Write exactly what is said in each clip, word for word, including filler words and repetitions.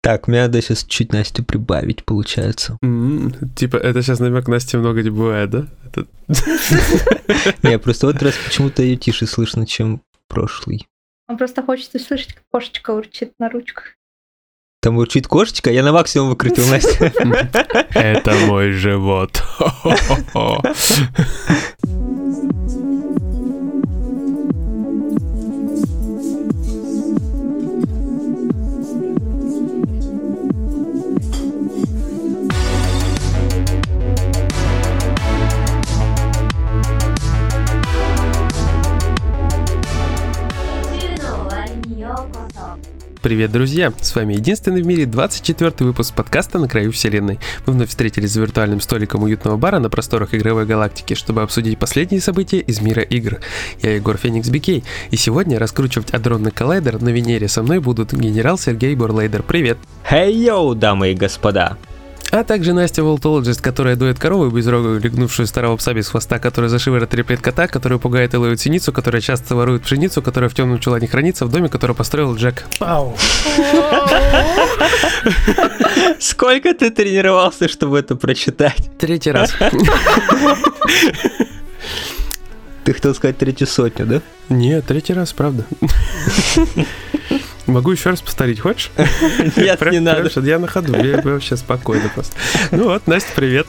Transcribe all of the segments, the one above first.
Так, мне надо сейчас чуть Настю прибавить, получается. Mm-hmm. Типа, это сейчас намек Насти много не бывает, да? Это... Не, просто вот раз почему-то ее тише слышно, чем прошлый. Он просто хочет услышать, как кошечка урчит на ручках. Там урчит кошечка, я на максимум выкрутил Настю. Это мой живот. Привет, друзья! С вами единственный в мире двадцать четвёртый выпуск подкаста «На краю вселенной». Мы вновь встретились за виртуальным столиком уютного бара на просторах игровой галактики, чтобы обсудить последние события из мира игр. Я Егор Феникс Бикей, и сегодня раскручивать адронный коллайдер на Венере со мной будут генерал Сергей Бурлейдер. Привет! Хей-йоу, дамы и господа! А также Настя Волтологист, которая дует корову безрогую, легнувшую старого пса без хвоста, который за шиворот треплет кота, который пугает и ловит синицу, которая часто ворует пшеницу, которая в темном чулане хранится, в доме, который построил Джек. Пау! Сколько ты тренировался, чтобы это прочитать? Третий раз. Ты хотел сказать третью сотню, да? Нет, третий раз, правда. Могу еще раз повторить, хочешь? Нет, прям, не надо. Прям, я на ходу, я вообще спокойно просто. Ну вот, Настя, привет.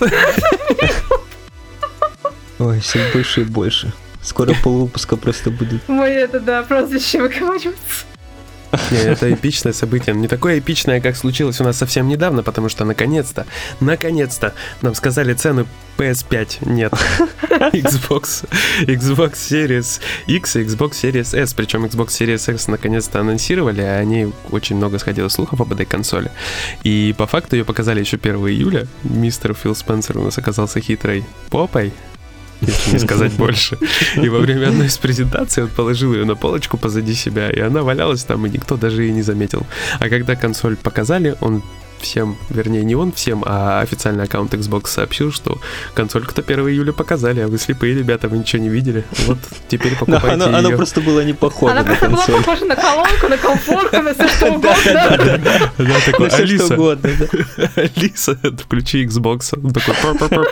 Ой, все больше и больше. Скоро полвыпуска просто будет. Ой, это да, прозвище выкручивается. Не, это эпичное событие. Не такое эпичное, как случилось у нас совсем недавно, потому что наконец-то, наконец-то нам сказали цену пи эс пять. Нет. Xbox, Xbox Series X и Xbox Series S. Причем Xbox Series X наконец-то анонсировали, а о ней очень много сходило слухов об этой консоли. И по факту ее показали еще первого июля. Мистер Фил Спенсер у нас оказался хитрой попой, если не сказать больше. И во время одной из презентаций он положил ее на полочку позади себя, и она валялась там, и никто даже и не заметил. А когда консоль показали, он всем, вернее, не он всем, а официальный аккаунт Xbox сообщил, что консольку-то первого июля показали, а вы слепые ребята, вы ничего не видели. Вот теперь покупайте оно, ее. Оно просто было не похоже она на консоль. Она просто была похожа на колонку, на комфорку, на все что угодно. Да, такой, на все что угодно. Алиса, включи Xbox. Он такой...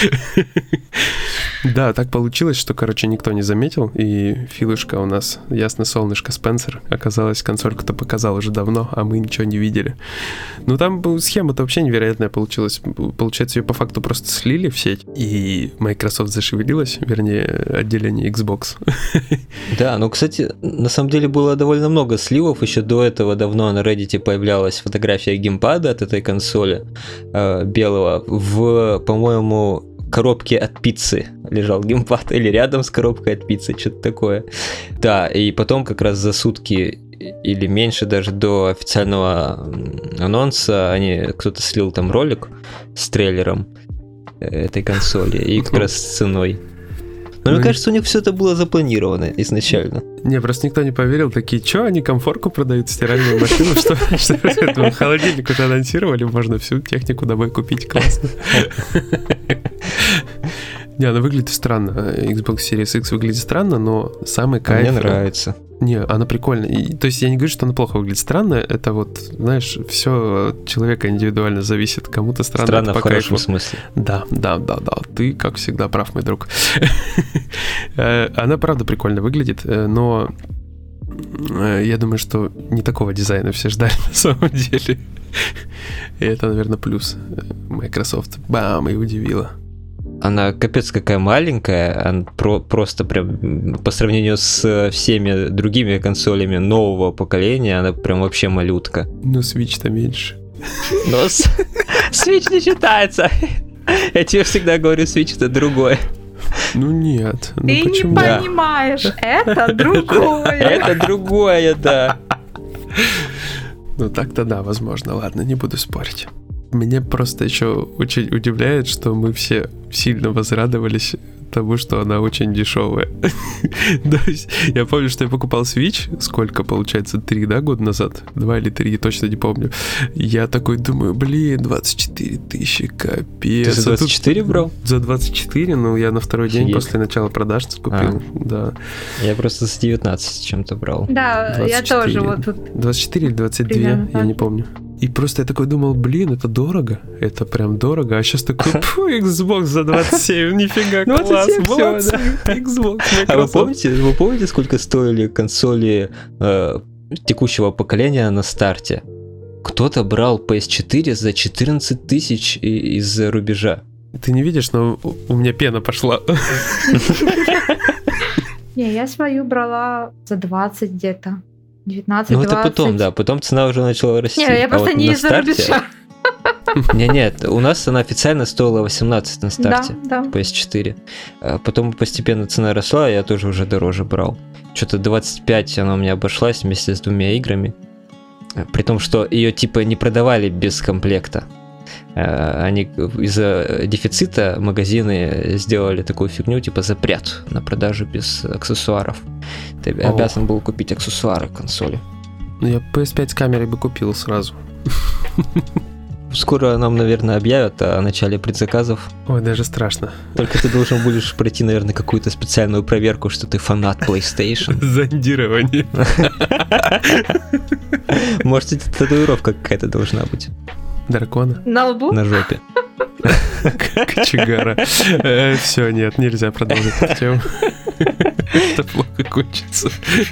Да, так получилось, что, короче, никто не заметил, и Филушка у нас, ясно, солнышко Спенсер, оказалось, консольку-то показал уже давно, а мы ничего не видели. Ну, там схема-то вообще невероятная получилась. Получается, ее по факту просто слили в сеть, и Microsoft зашевелилась, вернее, отделение Xbox. Да, ну, кстати, на самом деле было довольно много сливов. Еще до этого давно на Reddit появлялась фотография геймпада от этой консоли э, белого. В, по-моему, коробке от пиццы лежал геймпад, или рядом с коробкой от пиццы, что-то такое. Да, и потом как раз за сутки или меньше даже до официального анонса они, кто-то слил там ролик с трейлером этой консоли и как раз с ценой. Но ну, мне кажется, у них все это было запланировано изначально. Не, просто никто не поверил. Такие, что они комфорку продают, стиральную машину? Что, что холодильник уже анонсировали, можно всю технику домой купить, классно. Не, она выглядит странно. Xbox Series X выглядит странно, но самый кайф... Мне нравится. Не, она прикольная. И, то есть я не говорю, что она плохо выглядит. Странно, это вот, знаешь, все от человека индивидуально зависит. Кому-то странно, странно это по в хорошем кайфу. смысле. Да, да, да, да. Ты, как всегда, прав, мой друг. Она, правда, прикольно выглядит, но я думаю, что не такого дизайна все ждали на самом деле. И это, наверное, плюс. Microsoft, бам, и удивила. Она капец какая маленькая, она про- просто прям по сравнению с всеми другими консолями нового поколения, она прям вообще малютка. Ну, Switch-то меньше. Но Switch не считается. Я тебе всегда говорю, Switch это другое. Ну нет. Ну, ты почему? не понимаешь, это другое. Это другое, да. Ну так-то да, возможно. Ладно, не буду спорить. Меня просто еще очень удивляет, что мы все сильно возрадовались тому, что она очень дешевая. То есть, я помню, что я покупал Switch, сколько, получается, три, да, года назад? Два или три, точно не помню. Я такой думаю, блин, двадцать четыре тысячи, капец. Ты за двадцать четыре брал? За двадцать четыре, ну, я на второй день после начала продаж купил, да. Я просто за девятнадцать чем-то брал. Да, я тоже вот тут. двадцать четыре или двадцать два, я не помню. И просто я такой думал, блин, это дорого, это прям дорого. А сейчас такой, фу, Xbox за двадцать семь, нифига, класс, молодцы, Xbox, Microsoft. А вы помните, вы помните, сколько стоили консоли э, текущего поколения на старте? Кто-то брал пи эс четыре за четырнадцать тысяч из-за рубежа. Ты не видишь, но у меня пена пошла. Не, я свою брала за двадцать где-то. девятнадцать двадцать. Ну это потом, да, потом цена уже начала расти. Не, я а просто вот не на из-за старте... рубежа. Не, нет, у нас она официально стоила восемнадцать на старте. Да, да. пи эс четыре. А потом постепенно цена росла, я тоже уже дороже брал. Что-то двадцать пять она у меня обошлась вместе с двумя играми. При том, что ее типа не продавали без комплекта. Они из-за дефицита магазины сделали такую фигню, типа запрет на продажу без аксессуаров. Ты О. обязан был купить аксессуары к консоли. Ну я пи эс пять с камерой бы купил сразу. Скоро нам, наверное, объявят о начале предзаказов. Ой, даже страшно. Только ты должен будешь пройти, наверное, какую-то специальную проверку, что ты фанат PlayStation. Зондирование. Может, это татуировка какая-то должна быть. Дракона? На лбу? На жопе. Кочегара. Все, нет, нельзя продолжить эту тему. Это плохо кончится.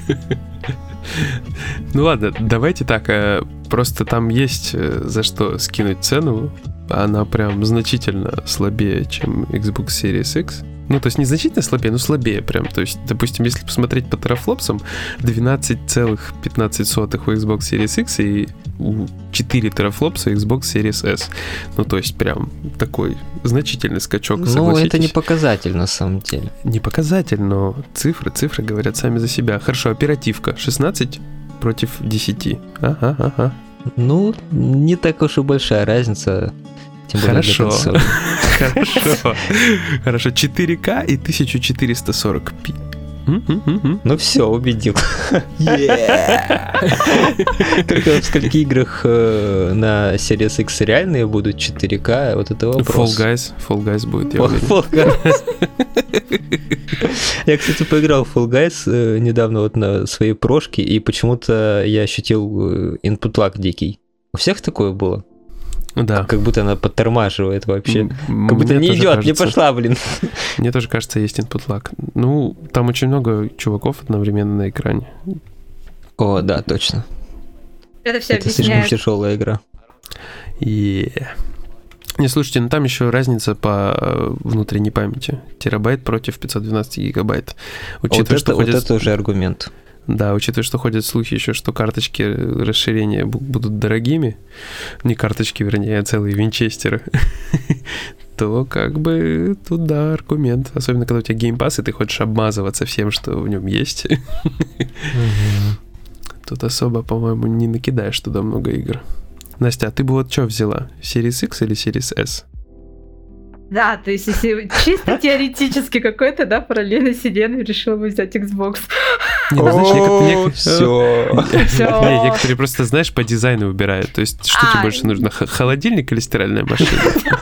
Ну ладно, давайте так, просто там есть за что скинуть цену. Она прям значительно слабее, чем Xbox Series X. Ну, то есть не значительно слабее, но слабее прям. То есть, допустим, если посмотреть по терафлопсам, двенадцать целых пятнадцать сотых у Xbox Series X и четыре терафлопса Xbox Series S. Ну, то есть прям такой значительный скачок, ну, согласитесь. Ну, это не показатель на самом деле. Не показатель, но цифры, цифры говорят сами за себя. Хорошо, оперативка. шестнадцать против десять. Ага, ага. Ну, не так уж и большая разница. Тем более Хорошо. Хорошо. Хорошо. четыре ка и тысяча четыреста сорок пи. Ну все, убедил. Только в скольких играх на Series X реальные будут четыре ка, вот это вопрос. Fall Guys, Fall Guys будет, я Fall Guys. Я, кстати, поиграл в Fall Guys недавно вот на своей прошке, и почему-то я ощутил input lag дикий. У всех такое было? Да. Как будто она подтормаживает вообще. М- как будто мне не идет, кажется, не пошла, блин. Мне тоже кажется, есть input lag. Ну, там очень много чуваков одновременно на экране. О, да, точно. Это все Это слишком тяжелая игра. И... Не, слушайте, ну там еще разница по внутренней памяти. Терабайт против пятьсот двенадцать гигабайт. Учитывая, вот, что это, ходят... вот это уже аргумент. Да, учитывая, что ходят слухи еще, что карточки расширения будут дорогими, не карточки, вернее, а целые винчестеры, то как бы тут, да, аргумент. Особенно, когда у тебя геймпасс, и ты хочешь обмазываться всем, что в нем есть. Тут особо, по-моему, не накидаешь туда много игр. Настя, а ты бы вот что взяла? Series X или Series S? Да, то есть если чисто теоретически какой-то, да, параллельной вселенной решила бы взять Xbox. Не, ну, знаешь, О, все. Не, некоторые просто, знаешь, по дизайну выбирают. То есть, что тебе больше нужно, холодильник или стиральная машина?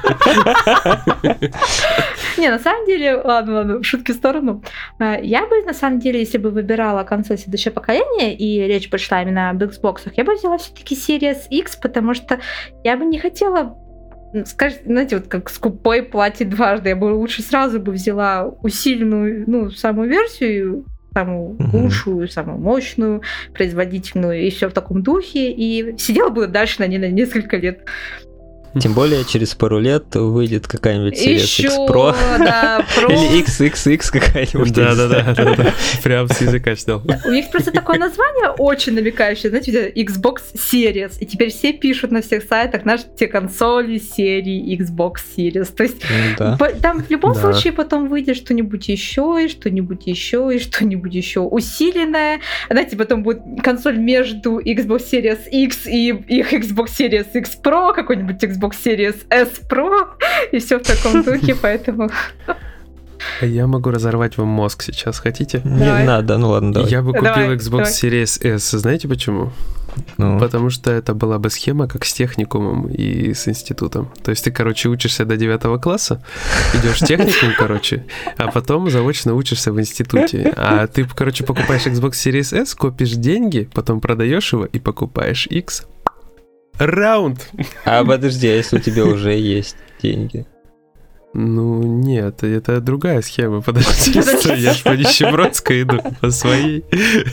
Не, на самом деле, ладно, ладно, шутки в сторону. Я бы, на самом деле, если бы выбирала консоль следующего поколения, и речь бы шла именно об Xbox, я бы взяла все-таки Series X, потому что я бы не хотела... Скажите, знаете, вот как скупой платит дважды. Я бы лучше сразу бы взяла усиленную, ну, самую версию, самую mm-hmm. лучшую, самую мощную, производительную, и все в таком духе, и сидела бы дальше на ней на несколько лет. Тем более через пару лет выйдет какая-нибудь Series Еще, X Pro. Да, Pro. Или икс икс икс какая-нибудь. Да-да-да. Прям с языка снял. У них просто такое название очень намекающее. Знаете, Xbox Series. И теперь все пишут на всех сайтах наши те консоли серии Xbox Series. То есть ну, да. по- там в любом да. случае потом выйдет что-нибудь еще, и что-нибудь еще, и что-нибудь еще усиленное. Знаете, потом будет консоль между Xbox Series X и их Xbox Series X Pro, какой-нибудь Xbox Xbox Series S Pro, и все в таком духе, поэтому... Я могу разорвать вам мозг сейчас, хотите? Не Давай. надо, ну ладно, давай. Я бы купил Давай, Xbox давай. Series S. Знаете почему? Ну. Потому что это была бы схема как с техникумом и с институтом. То есть ты, короче, учишься до девятого класса, идешь в техникум, короче, а потом заочно учишься в институте. А ты, короче, покупаешь Xbox Series S, копишь деньги, потом продаешь его и покупаешь X. Раунд! А подожди, а если у тебя уже есть деньги? Ну, нет, это другая схема. Подожди, стой, я ж по нищебродской иду, по своей.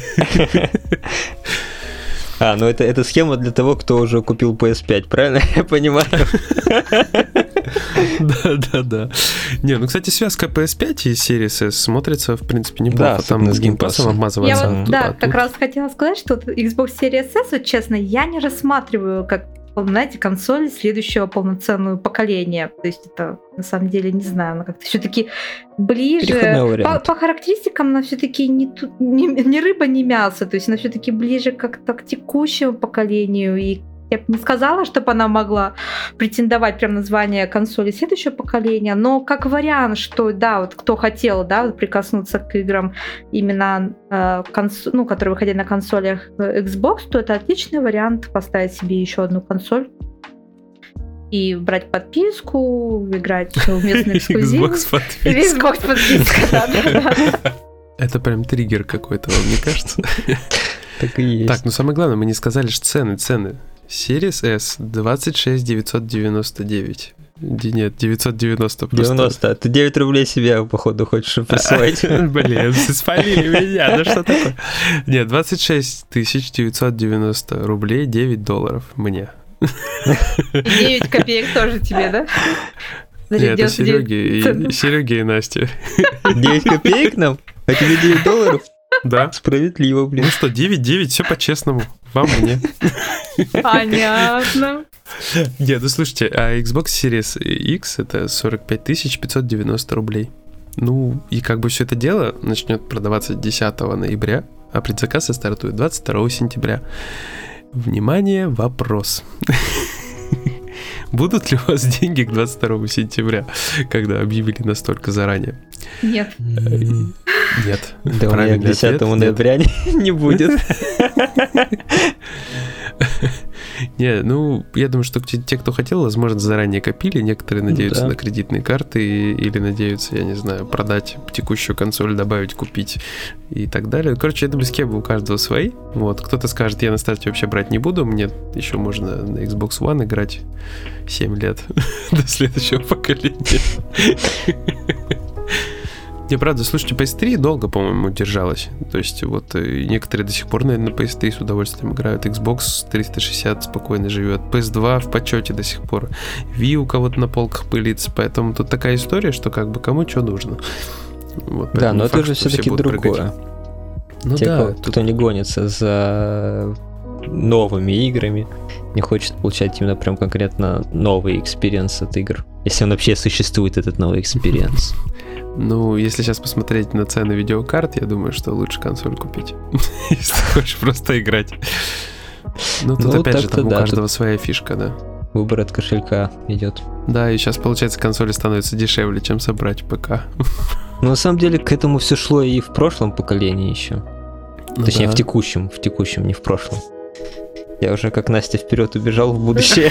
А, ну это, это схема для того, кто уже купил пи эс пять, правильно я понимаю? Да-да-да. Не, ну, кстати, связка пи эс пять и Series S смотрится, в принципе, неплохо. Да, там с с геймпассом геймпассом. обмазываться. Я вот, тут- да, а как тут- раз хотела сказать, что вот Xbox Series S, вот честно, я не рассматриваю как, знаете, консоль следующего полноценного поколения. То есть это, на самом деле, не знаю, она как-то все-таки ближе. Переходной По, вариант. по характеристикам она все-таки не, ту- не, не рыба, не мясо. То есть она все-таки ближе как-то к текущему поколению. И я бы не сказала, чтобы она могла претендовать прям на звание консоли следующего поколения, но как вариант, что да, вот кто хотел, да, вот прикоснуться к играм именно, э, конс- ну, которые выходили на консолях э, Xbox, то это отличный вариант поставить себе еще одну консоль и брать подписку, играть в местный эксклюзив. Xbox подписка. Xbox подписка, да, да, да. Это прям триггер какой-то, вам не кажется? Так и есть. Так, ну самое главное, мы не сказали ж цены, цены. Series S двадцать шесть девятьсот девяносто девять. Ди- Нет, девятьсот девяносто просто. девяносто. Ты девять рублей себе, походу, хочешь присвоить. Блин, спалили меня, да что такое? Нет, двадцать шесть тысяч девятьсот девяносто рублей, девять долларов мне. И девять копеек тоже тебе, да? Подожди, Нет, это девяносто девять Сереги центов. и, Сереги и Насте. девять копеек нам? А тебе девять долларов? Да. Справедливо, блин. Ну что, девять девять, все по-честному. Вам, мне. Понятно. Нет, ну слушайте, а Xbox Series X это сорок пять тысяч пятьсот девяносто рублей. Ну, и как бы все это дело начнет продаваться десятого ноября, а предзаказы стартуют двадцать второго сентября. Внимание, вопрос. Будут ли у вас деньги к двадцать второму сентября, когда объявили настолько заранее? Нет. Нет. Да, у меня к Правильный десятого ответ — нет. ноября не не будет. Не, ну, я думаю, что те, те, кто хотел, возможно, заранее копили. Некоторые надеются да. на кредитные карты и- или надеются, я не знаю, продать текущую консоль, добавить, купить и так далее. Короче, я думаю, схемы у каждого свои. Вот, кто-то скажет, я на старте вообще брать не буду, мне еще можно на Xbox One играть семь лет до следующего поколения. Не, правда, слушайте, пи эс три долго, по-моему, держалась. То есть вот э, некоторые до сих пор, наверное, на пи эс три с удовольствием играют. Xbox триста шестьдесят спокойно живет. пи эс два в почете до сих пор. Wii у кого-то на полках пылится. Поэтому тут такая история, что как бы кому что нужно. Вот, Да, поэтому но не это факт, же что все все-таки будут прыгать. другое. Ну Те, да, кто, тут кто не гонится за новыми играми, не хочет получать именно прям конкретно новый экспириенс от игр. Если он вообще существует, этот новый экспириенс. Ну, если сейчас посмотреть на цены видеокарт, я думаю, что лучше консоль купить, если хочешь просто играть. Ну, тут Ну, опять же, так-то там у да, каждого своя фишка, да. Выбор от кошелька идет. Да, и сейчас, получается, консоли становятся дешевле, чем собрать ПК. Но на самом деле к этому все шло и в прошлом поколении еще. Ну Точнее, да. в текущем, в текущем, не в прошлом. Я уже как Настя вперед убежал в будущее.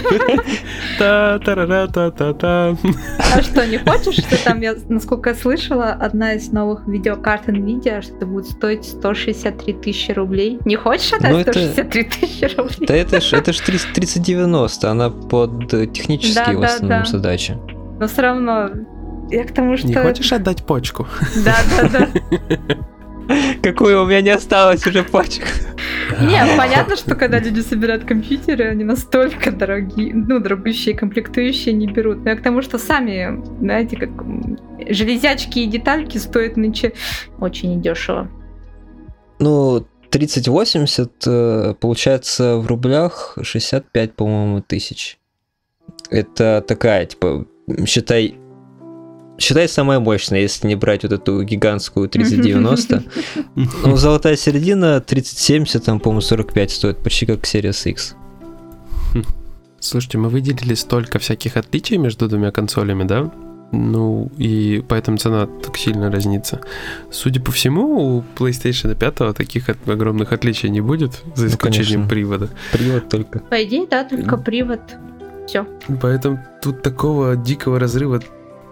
Та-та-ра-та-та-та. А что, не хочешь, что там, я, насколько я слышала, одна из новых видеокарт Nvidia, что это будет стоить сто шестьдесят три тысячи рублей? Не хочешь Ну, отдать это- сто шестьдесят три тысячи рублей? Да это ж это ж тридцать девяносто, она под э, технические Да, в да, основном да. задачи. Но все равно, я к тому, что... Не хочешь отдать почку? Да, да, да. Какую у меня не осталось уже пачек. Не, понятно, что когда люди собирают компьютеры, они настолько дорогие, ну, дорогущие комплектующие не берут. Но я к тому, что сами, знаете, как м, железячки и детальки стоят нынче очень недешево. Ну, тридцать восемьдесят э, получается в рублях шестьдесят пять, по-моему, тысяч. Это такая, типа, считай, считай самая мощная, если не брать вот эту гигантскую тридцать девяносто. Ну, золотая середина тридцать семьдесят, там, по-моему, сорок пять стоит, почти как Series X. Слушайте, мы выделили столько всяких отличий между двумя консолями, да? Ну, и поэтому цена так сильно разнится. Судя по всему, у PlayStation пять таких от- огромных отличий не будет, за Ну, исключением конечно. привода. Привод только. По идее, да, только привод. Все. Поэтому тут такого дикого разрыва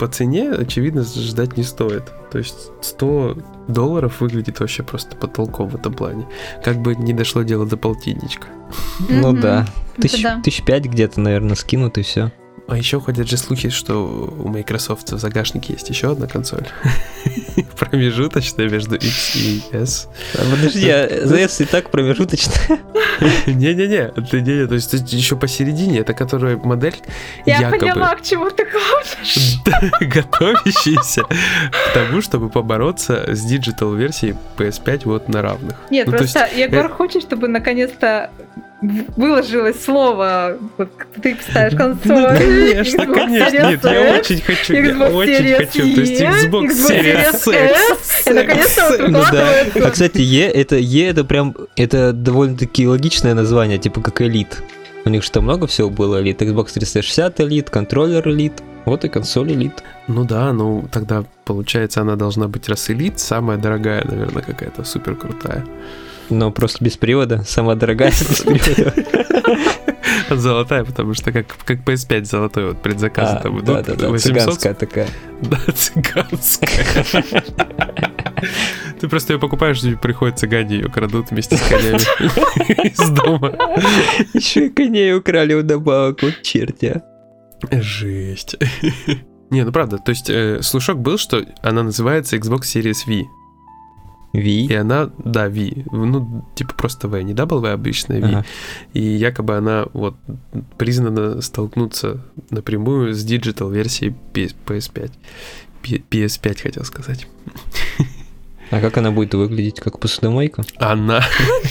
по цене, очевидно, ждать не стоит. То есть сто долларов выглядит вообще просто потолком в этом плане. Как бы не дошло дело до полтинничка. Ну да. Тысяч, да. тысяч пять где-то, наверное, скинут и все. А еще ходят же слухи, что у Microsoft в загашнике есть еще одна консоль. Промежуточная между X и S. А подожди, а S и так промежуточная? Не-не-не, не-не, то есть еще посередине, это которая модель Я якобы поняла, к чему ты клонишь. готовящаяся к тому, чтобы побороться с диджитал-версией пи эс пять вот на равных. Нет, Ну, то просто есть, Егор э, хочет, чтобы наконец-то выложилось слово, вот ты ставишь консоль. Ну, конечно, Xbox конечно. Series Нет, я X, очень хочу, я Xbox очень Series хочу. То есть E, Xbox Series S, и наконец-то вот Ну да. выкладывается. А, кстати, E, это E, это прям, это довольно-таки логичное название, типа как Elite. У них что, много всего было Elite? Xbox триста шестьдесят Elite, контроллер Elite, вот и консоль Elite. Ну да, ну тогда, получается, она должна быть раз Elite, самая дорогая, наверное, какая-то супер крутая. Но просто без привода, самая дорогая без привода. Золотая, потому что как, как пи эс пять золотой, вот предзаказы А, там идут. да-да-да, восемьсот. цыганская такая. Да, цыганская. Ты просто ее покупаешь, и приходят цыгане, ее крадут вместе с конями из дома. Еще и коней украли вдобавок, вот черти. Жесть. Не, ну правда, то есть э, слушок был, что она называется Xbox Series V. И Ви? она, да, V, ну, типа просто V, не W, а обычная V. Ага. И якобы она вот признана столкнуться напрямую с диджитал-версией пи эс пять. пи эс пять хотел сказать. А как она будет выглядеть? Как посудомойка? Она...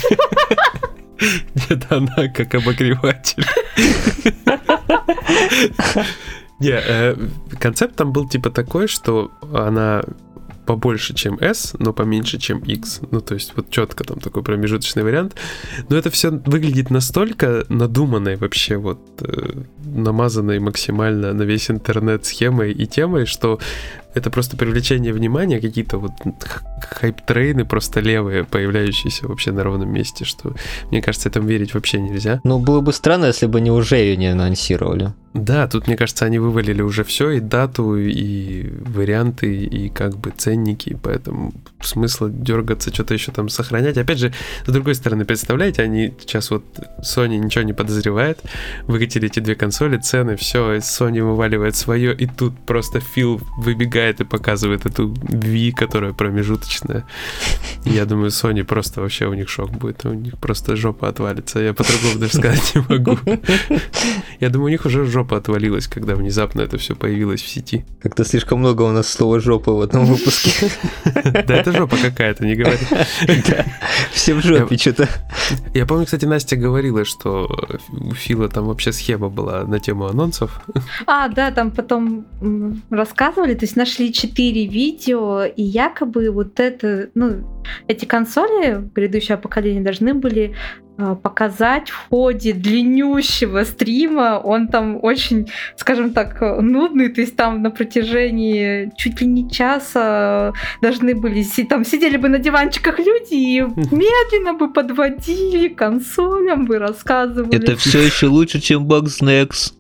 Нет, она как обогреватель. Не, э, концепт там был типа такой, что она побольше, чем S, но поменьше, чем X. Ну, то есть вот четко там такой промежуточный вариант. Но это все выглядит настолько надуманной вообще, вот э, намазанной максимально на весь интернет схемой и темой, что это просто привлечение внимания, какие-то вот хайп-трейны просто левые, появляющиеся вообще на ровном месте, что, мне кажется, этому верить вообще нельзя. Ну, было бы странно, если бы они уже ее не анонсировали. Да, тут, мне кажется, они вывалили уже все, и дату, и варианты, и как бы ценники, поэтому смысла дергаться, что-то еще там сохранять. Опять же, с другой стороны, представляете, они сейчас вот, Sony ничего не подозревает, выкатили эти две консоли, цены, все, Sony вываливает свое, и тут просто Фил выбегает и показывает эту V, которая промежуточная. И я думаю, Sony просто вообще у них шок будет, у них просто жопа отвалится, я по-другому даже сказать не могу. Я думаю, у них уже жопа отвалилась, когда внезапно это все появилось в сети. Как-то слишком много у нас слова «жопа» в этом выпуске. Да это жопа какая-то, не говори. Все в жопе что-то. Я помню, кстати, Настя говорила, что у Фила там вообще схема была на тему анонсов. А, да, там потом м, рассказывали, то есть нашли четыре видео, и якобы вот это, ну, эти консоли грядущего поколения должны были э, показать в ходе длиннющего стрима. Он там очень, скажем так, нудный, то есть там на протяжении чуть ли не часа должны были, си- там сидели бы на диванчиках люди и медленно бы подводили к консолям, бы рассказывали. Это все еще лучше, чем Bugsnax.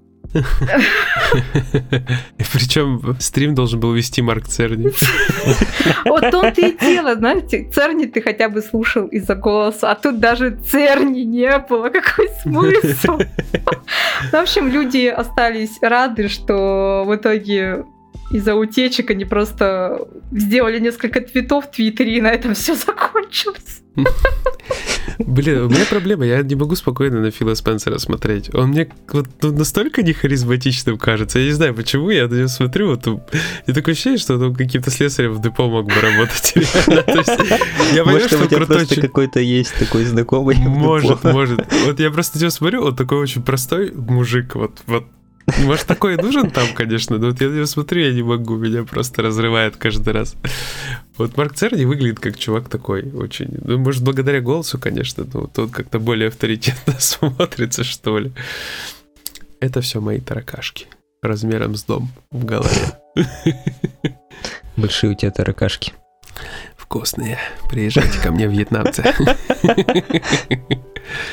Причем стрим должен был вести Марк Церни. Вот том-то и дело, знаете, Церни ты хотя бы слушал из-за голоса, а тут даже Церни не было. Какой смысл? В общем, люди остались рады, что в итоге из-за утечек они просто сделали несколько твитов в Твиттере, и на этом все закончилось. Блин, у меня проблема, я не могу спокойно на Фила Спенсера смотреть. Он мне вот ну, настолько не харизматичным кажется. Я не знаю, почему я на него смотрю. Вот, и такое ощущение, что он каким-то слесарем в депо мог бы работать. Реально. То есть, я понимаю, Может, что у он тебя крутой просто чел- какой-то есть такой знакомый. в Может, депо. может. Вот я просто на него смотрю, он такой очень простой мужик. Вот, вот. Может, такой нужен там, конечно, но вот я на него смотрю, я не могу, меня просто разрывает каждый раз. Вот Марк Церни выглядит как чувак такой очень... Ну, может, благодаря голосу, конечно, но вот он как-то более авторитетно смотрится, что ли. Это все мои таракашки размером с дом в голове. Большие у тебя таракашки. Вкусные. Приезжайте ко мне, вьетнамцы.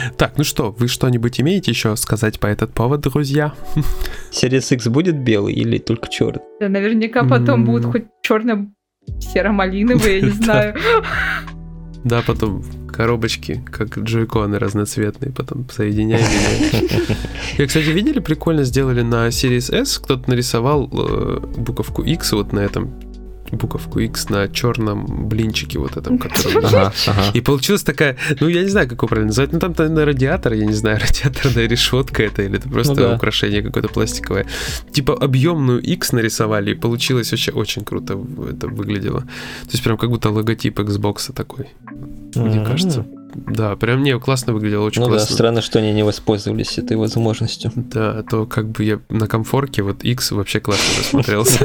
Так, ну что, вы что-нибудь имеете еще сказать по этот повод, друзья? Series X будет белый или только черный? Да, наверняка потом М. будут хоть черно-серо-малиновые, я не знаю. Да, потом коробочки, как джойконы разноцветные, потом соединяем. И, кстати, видели, прикольно сделали на Series S, кто-то нарисовал э, буковку X вот на этом, буковку X на черном блинчике вот этом, который... Ага, ага. И получилась такая, ну, я не знаю, как его правильно называть, ну, там, наверное, радиатор, я не знаю, радиаторная решетка это, или это просто Ну да. украшение какое-то пластиковое. Типа объемную X нарисовали, и получилось вообще очень круто это выглядело. То есть прям как будто логотип Xbox такой, мне М. кажется. Да, прям не, классно выглядело, очень Ну да, классно. странно, что они не воспользовались этой возможностью. Да, а то как бы я на комфорке, вот X вообще классно засмотрелся.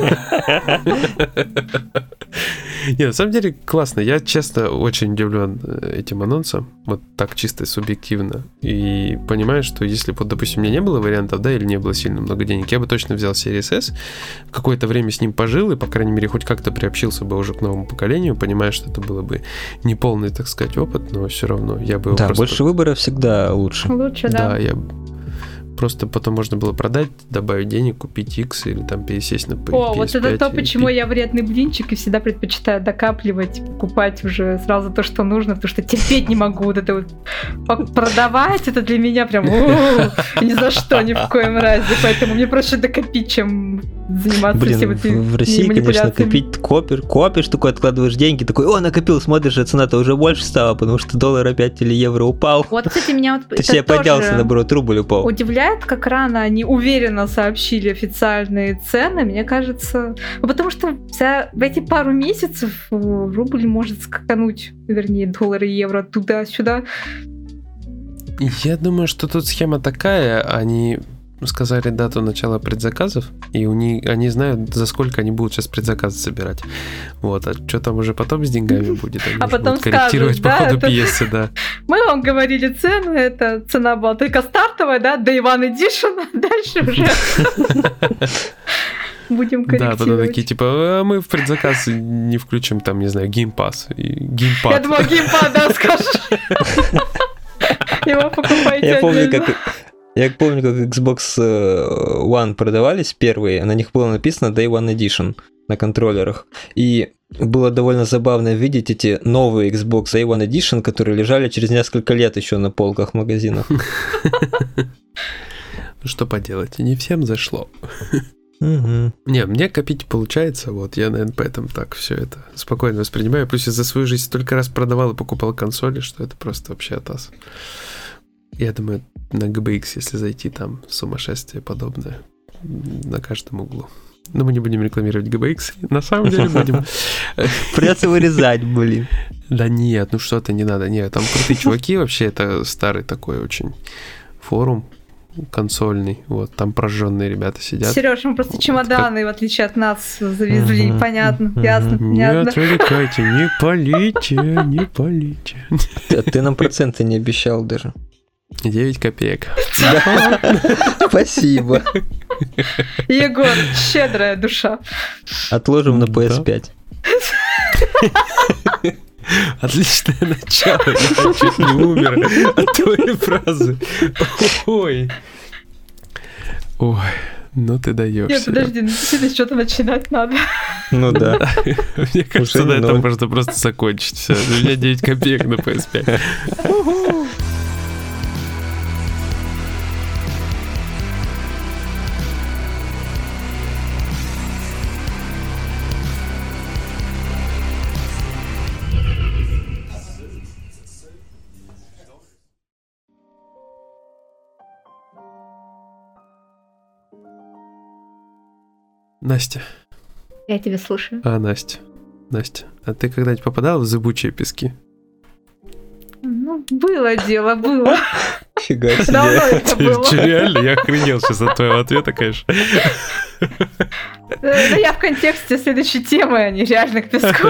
Не, на самом деле классно. Я, честно, очень удивлен этим анонсом. Вот так чисто субъективно. И понимаю, что если бы, вот, допустим, у меня не было вариантов, да, или не было сильно много денег, я бы точно взял Series S, какое-то время с ним пожил и, по крайней мере, хоть как-то приобщился бы уже к новому поколению, понимая, что это было бы не полный, так сказать, опыт, но все равно я бы его Да, просто... больше выбора всегда лучше. Лучше, Да, да. я просто потом можно было продать, добавить денег, купить X или там пересесть на пи эс пять. О, вот это то, и почему пи- я вредный блинчик и всегда предпочитаю докапливать, покупать уже сразу то, что нужно, потому что терпеть не могу вот это вот Пок- продавать, это для меня прям у-у-у, ни за что, ни в коем разе, поэтому мне проще докопить, чем заниматься Блин, всем в, этими в России, конечно, манипуляциями. копить копишь, копишь, такой откладываешь деньги, такой, о, накопил, смотришь, а цена-то уже больше стала, потому что доллар опять или евро упал. Вот, кстати, меня вот Ты это себе поднялся, тоже наоборот, рубль упал. удивляет, как рано они уверенно сообщили официальные цены, мне кажется, ну, потому что за в эти пару месяцев э, рубль может скакануть, вернее, доллар и евро туда-сюда. Я думаю, что тут схема такая, они сказали дату начала предзаказов, и у них, они знают, за сколько они будут сейчас предзаказы собирать. Вот, а что там уже потом с деньгами будет, они А уже потом будут корректировать скажут, по да, ходу это- пьесы, да. Мы вам говорили цену, эта цена была только стартовая, да, Day One Edition, а дальше уже будем Да, потом корректировать. такие, типа, а мы в предзаказ не включим, там, не знаю, геймпас. Я Геймпад. думала, геймпад, да, скажешь. Его покупайте Я помню, отдельно. как я помню, как Xbox э, One продавались первые, на них было написано Day One Edition на контроллерах. И было довольно забавно видеть эти новые Xbox Day One Edition, которые лежали через несколько лет еще на полках в магазинах. Ну, что поделать, не всем зашло. Мгм. Не, мне копить получается, вот, я, наверное, поэтому так все это спокойно воспринимаю. Плюс я за свою жизнь столько раз продавал и покупал консоли, что это просто вообще атас. Я думаю, на джи би икс, если зайти, там сумасшествие подобное на каждом углу. Но мы не будем рекламировать джи би икс, на самом деле будем. Придется вырезать, блин. Да нет, ну что-то не надо, нет, там крутые чуваки, вообще это старый такой очень форум консольный, вот, там прожженные ребята сидят. Сереж, мы просто Вот, чемоданы, в отличие от нас, завезли. Мгм. Понятно, Мгм. ясно, Не понятно. отвлекайте, не полите, не полите. Ты, ты нам проценты не обещал даже. девять копеек. Спасибо. Егор, щедрая душа. Отложим на пи эс Да. пять. Отличное начало, я чуть не умер от твоей фразы. Ой. Ой, ну ты даешь. Нет, подожди, ну действительно что-то начинать надо. Ну да. Мне кажется, Уже на этом ноль. можно просто закончить. Все, у меня девять копеек на пи эс пять. Настя, Я тебя слушаю. а Настя, Настя, а ты когда-нибудь попадала в зыбучие пески? Ну, было дело, было. Фига Давно себе. это было. Че, реально? Я охренел сейчас от твоего ответа, конечно. Э, Ну, я в контексте следующей темы, а не реально к песку.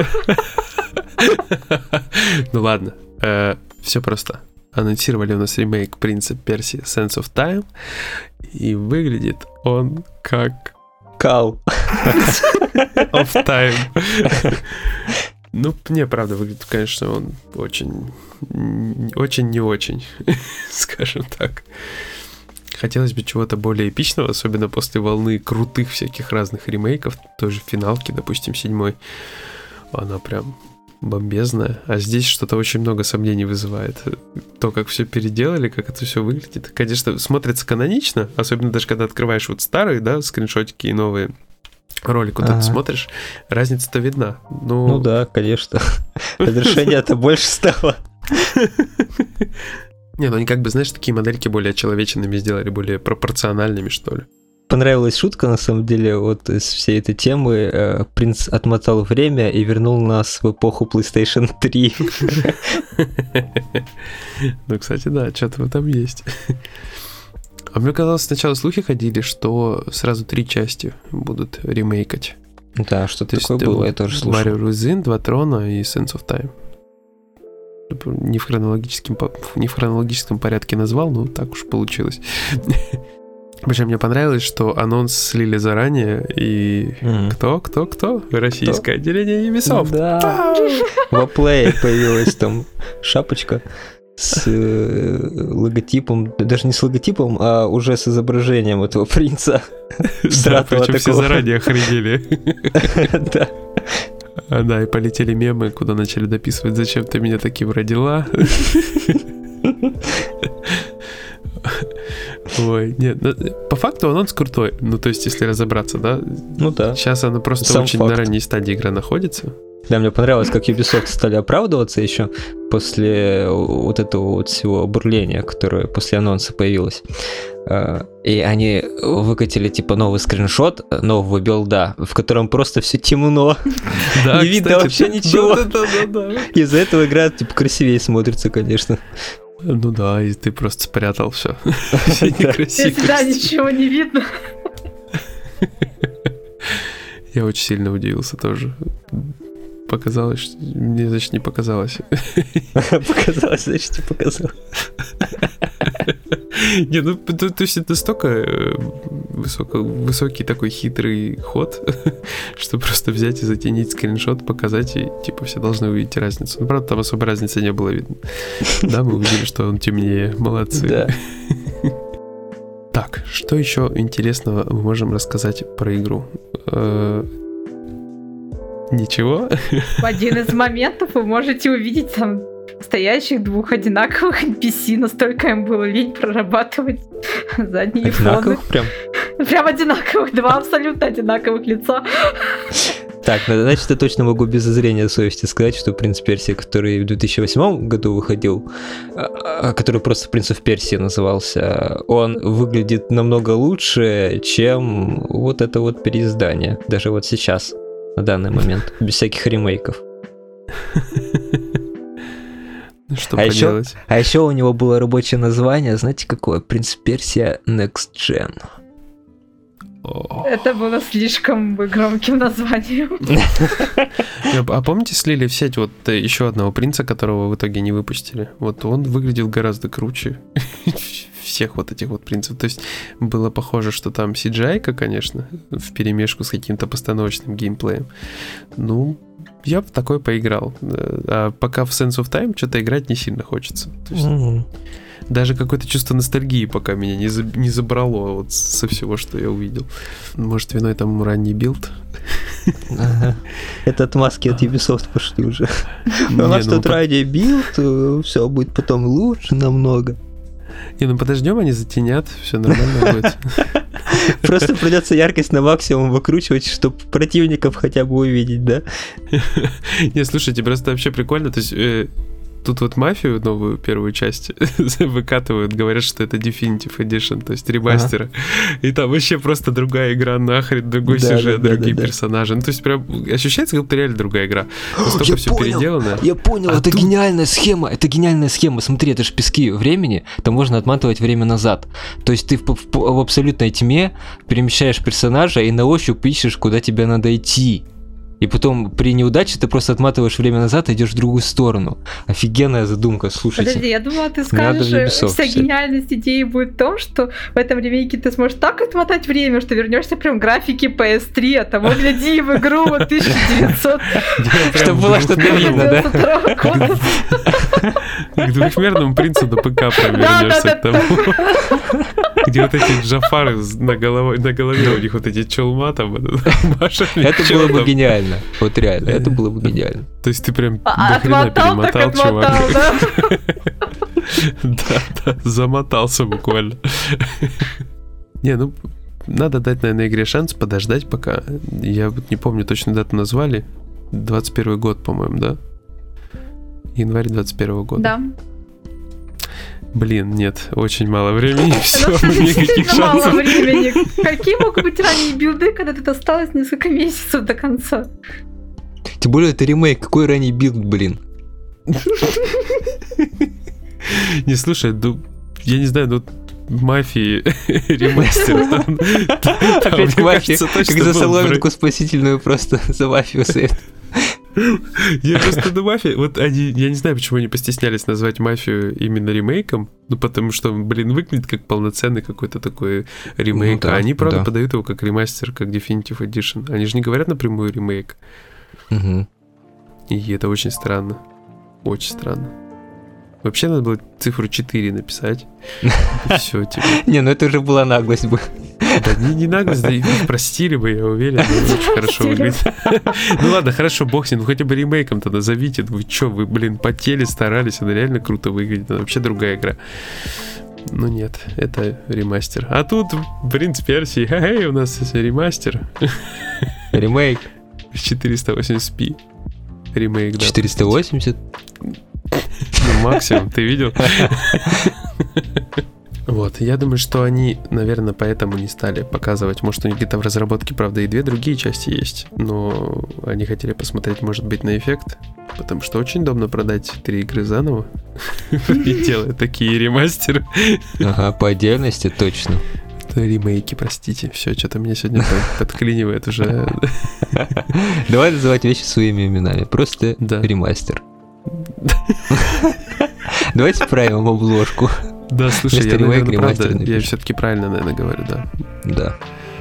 Ну ладно, все просто. Анонсировали у нас ремейк «Принца Персии Sands of Time», и выглядит он как Кал. of Time. Ну, мне правда выглядит, конечно, он очень, очень не очень, скажем так. Хотелось бы чего-то более эпичного, особенно после волны крутых всяких разных ремейков, той же финалки, допустим, седьмой. Она прям бомбезная, а здесь что-то очень много сомнений вызывает. То, как все переделали, как это все выглядит. Конечно, смотрится канонично, особенно даже когда открываешь вот старые, да, скриншотики и новые ролик, вот ага. ты смотришь, разница-то видна. Но... Ну да, конечно. Разрешение-то больше стало. Не, ну они как бы, знаешь, такие модельки более человечными сделали, более пропорциональными, что ли. Понравилась шутка, на самом деле, вот из всей этой темы. Э, принц отмотал время и вернул нас в эпоху PlayStation три. Ну, кстати, да, что-то там есть. А мне казалось, сначала слухи ходили, что сразу три части будут ремейкать. Да, что-то такое было, я тоже слушал. Mario Within, Два Трона и Sands of Time. Не в хронологическом, не в хронологическом порядке назвал, но так уж получилось. Причем мне понравилось, что анонс слили заранее, и mm. кто, кто, кто? Российское кто? Отделение Ubisoft. Да. В Аплее появилась там шапочка с э, логотипом, даже не с логотипом, а уже с изображением этого принца. Да, причем все заранее охренели. Да. А, да, и полетели мемы, куда начали дописывать: «Зачем ты меня таким родила?» Ой, нет, ну, по факту анонс крутой. Ну, то есть, если разобраться, да? Ну да. Сейчас она просто Сам очень факт. на ранней стадии игра находится. Да, мне понравилось, как Ubisoft стали оправдываться еще после вот этого вот всего бурления, которое после анонса появилось. И они выкатили типа новый скриншот нового билда, в котором просто все темно. Да, не видно вообще ничего. Из-за этого игра типа красивее смотрится, конечно. Ну да, и ты просто спрятал все. Если да, ничего не видно. Я очень сильно удивился тоже. Показалось, что... Мне, значит, не показалось. Показалось, значит, не показалось. Не, ну, то, то есть это настолько высоко, высокий такой хитрый ход, что просто взять и затенить скриншот, показать, и типа все должны увидеть разницу. Ну, правда, там особой разницы не было видно. Да, мы увидели, что он темнее. Молодцы. Да. Так, что еще интересного мы можем рассказать про игру? Ничего? В один из моментов вы можете увидеть там стоящих двух одинаковых эн пи си, настолько им было лень прорабатывать задние одинаковых фоны. Прям? Прям одинаковых, два абсолютно одинаковых лица. Так, значит, я точно могу без зазрения совести сказать, что «Принц Персии», который в две тысячи восьмом году выходил, который просто «Принц of Persia» назывался, он выглядит намного лучше, чем вот это вот переиздание, даже вот сейчас, на данный момент, без всяких ремейков. Что а поделать? Еще, а еще у него было рабочее название, знаете какое? «Принц Персия Next Gen». Это было слишком громким названием. А помните, слили в сеть вот еще одного принца, которого в итоге не выпустили? Вот он выглядел гораздо круче всех вот этих вот принцев. То есть было похоже, что там си джи ай-ка, конечно, вперемешку с каким-то постановочным геймплеем. Ну, я бы такой поиграл. А пока в Sands of Time что-то играть не сильно хочется. То есть... Mm-hmm. Даже какое-то чувство ностальгии пока меня не, за, не забрало вот со всего, что я увидел. Может, виной там ранний билд? Ага. Это отмазки от Ubisoft пошли уже. У нас тут ранний билд, все будет потом лучше намного. Не, ну подождем, они затенят, все нормально будет. Просто придется яркость на максимум выкручивать, чтобы противников хотя бы увидеть, да? Не, слушайте, просто вообще прикольно, то есть... Тут вот «Мафию», новую первую часть, выкатывают, говорят, что это Definitive Edition, то есть ремастер. Ага. И там вообще просто другая игра, нахрен, другой да, сюжет, да, другие да, да. персонажи. Ну, то есть прям ощущается, как будто реально другая игра. Настолько я все понял, переделано. Я понял, а это тут... гениальная схема, это гениальная схема. Смотри, это же пески времени, там можно отматывать время назад. То есть ты в, в, в абсолютной тьме перемещаешь персонажа и на ощупь ищешь, куда тебе надо идти. и потом при неудаче ты просто отматываешь время назад и идешь в другую сторону. Офигенная задумка, слушайте. Подожди, я думала, ты скажешь, вся гениальность идеи будет в том, что в этом ремейке ты сможешь так отмотать время, что вернешься прям к графике пи эс три, а того гляди в игру вот тысяча девятьсот. Чтобы было что-то видно, да? К двухмерному принцу до ПК провернешься к тому. Где вот эти джафары на голове, на голове у них вот эти чулма там. Это было бы гениально. Вот реально, это было бы гениально. То есть ты прям до хрена перемотал, чувак. Да, да, замотался буквально. Не, ну, надо дать, наверное, игре шанс, подождать пока. Я вот не помню, точно дату назвали. двадцать первый год, по-моему, да? Январь двадцать первого года. Да. Блин, нет, очень мало времени, все, Ну, никаких действительно мало шансов. времени. Какие могут быть ранние билды, когда тут осталось несколько месяцев до конца? Тем более это ремейк, какой ранний билд, блин. Не, слушай, ну, я не знаю, ну, Мафии ремастер. там- там, Опять к мне мафии, кажется, точно как за был соломинку спасительную просто за мафию совет. Я просто до мафии, вот они, я не знаю, почему они постеснялись назвать мафию именно ремейком, ну потому что, блин, выглядит как полноценный какой-то такой ремейк, Ну да, а они, правда, да. подают его как ремастер, как Definitive Edition. Они же не говорят напрямую ремейк, Мгм. и это очень странно, очень странно. Вообще надо было цифру четыре написать, и все, типа. Не, ну это уже была наглость бы. Да не, не наглость, да их простили бы, я уверен, но очень хорошо выглядит. Ну ладно, хорошо, бог с ним, ну хотя бы ремейком-то назовите. Вы чё, вы, блин, потели, старались, она реально круто выглядит, она вообще другая игра. Ну нет, это ремастер. А тут «Принц Персии», эй, у нас ремастер. Ремейк. четыреста восемьдесят пи. Ремейк, да. четыреста восемьдесят. Ну, максимум, ты видел? Вот, я думаю, что они, наверное, поэтому не стали показывать. Может, у них где-то в разработке, правда, и две другие части есть, но они хотели посмотреть, может быть, на эффект, потому что очень удобно продать три игры заново и делать такие ремастеры. Ага, по отдельности точно. Ремейки, простите, все, что-то меня сегодня под- подклинивает уже. Давай называть вещи своими именами. Просто Да. ремастер. Давайте правим обложку. Да, слушай, Вместо я, ремейка наверное, правда, ремастер я напишем. все-таки правильно, наверное, говорю, да. Да.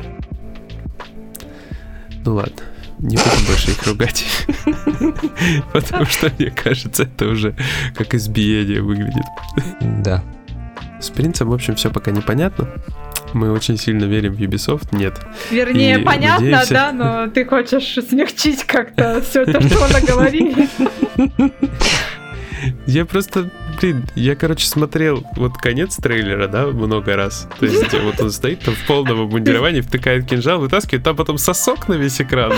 Ну ладно, не буду больше их ругать. Потому что, мне кажется, это уже как избиение выглядит. Да. С принцем, в общем, все пока непонятно. Мы очень сильно верим в Ubisoft, нет. Вернее, И понятно, надеемся- да, но ты хочешь смягчить как-то все то, что мы наговорили. Я просто, блин, я, короче, смотрел вот конец трейлера, да, много раз. То есть вот он стоит там в полном обмундировании, втыкает кинжал, вытаскивает, там потом сосок на весь экран.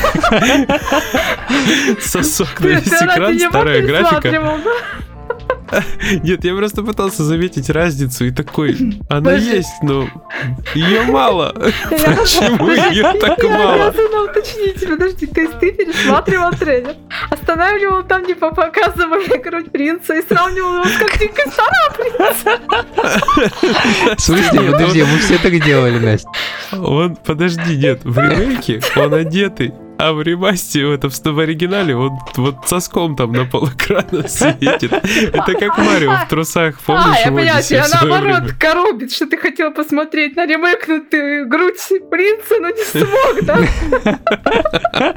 Сосок на весь экран, старая графика. Нет, я просто пытался заметить разницу и такой, она Подожди. есть, но ее мало. Почему ее так Я мало? должна уточнить, подожди, то есть ты пересматривал трейлер, останавливал там, где показывали грудь принца и сравнивал его с картинкой старого принца. В смысле, Нет, подожди, мы все так делали, Настя. Он, подожди, нет, в ремейке он одетый, а в ремасте, в этом, в оригинале, он вот соском там на полэкрана светит. Это как Марио в трусах, помнишь? А, я в поняла, Одиссе тебя в своё наоборот время? коробит, что ты хотел посмотреть на ремейкнутую грудь принца, но не смог, да?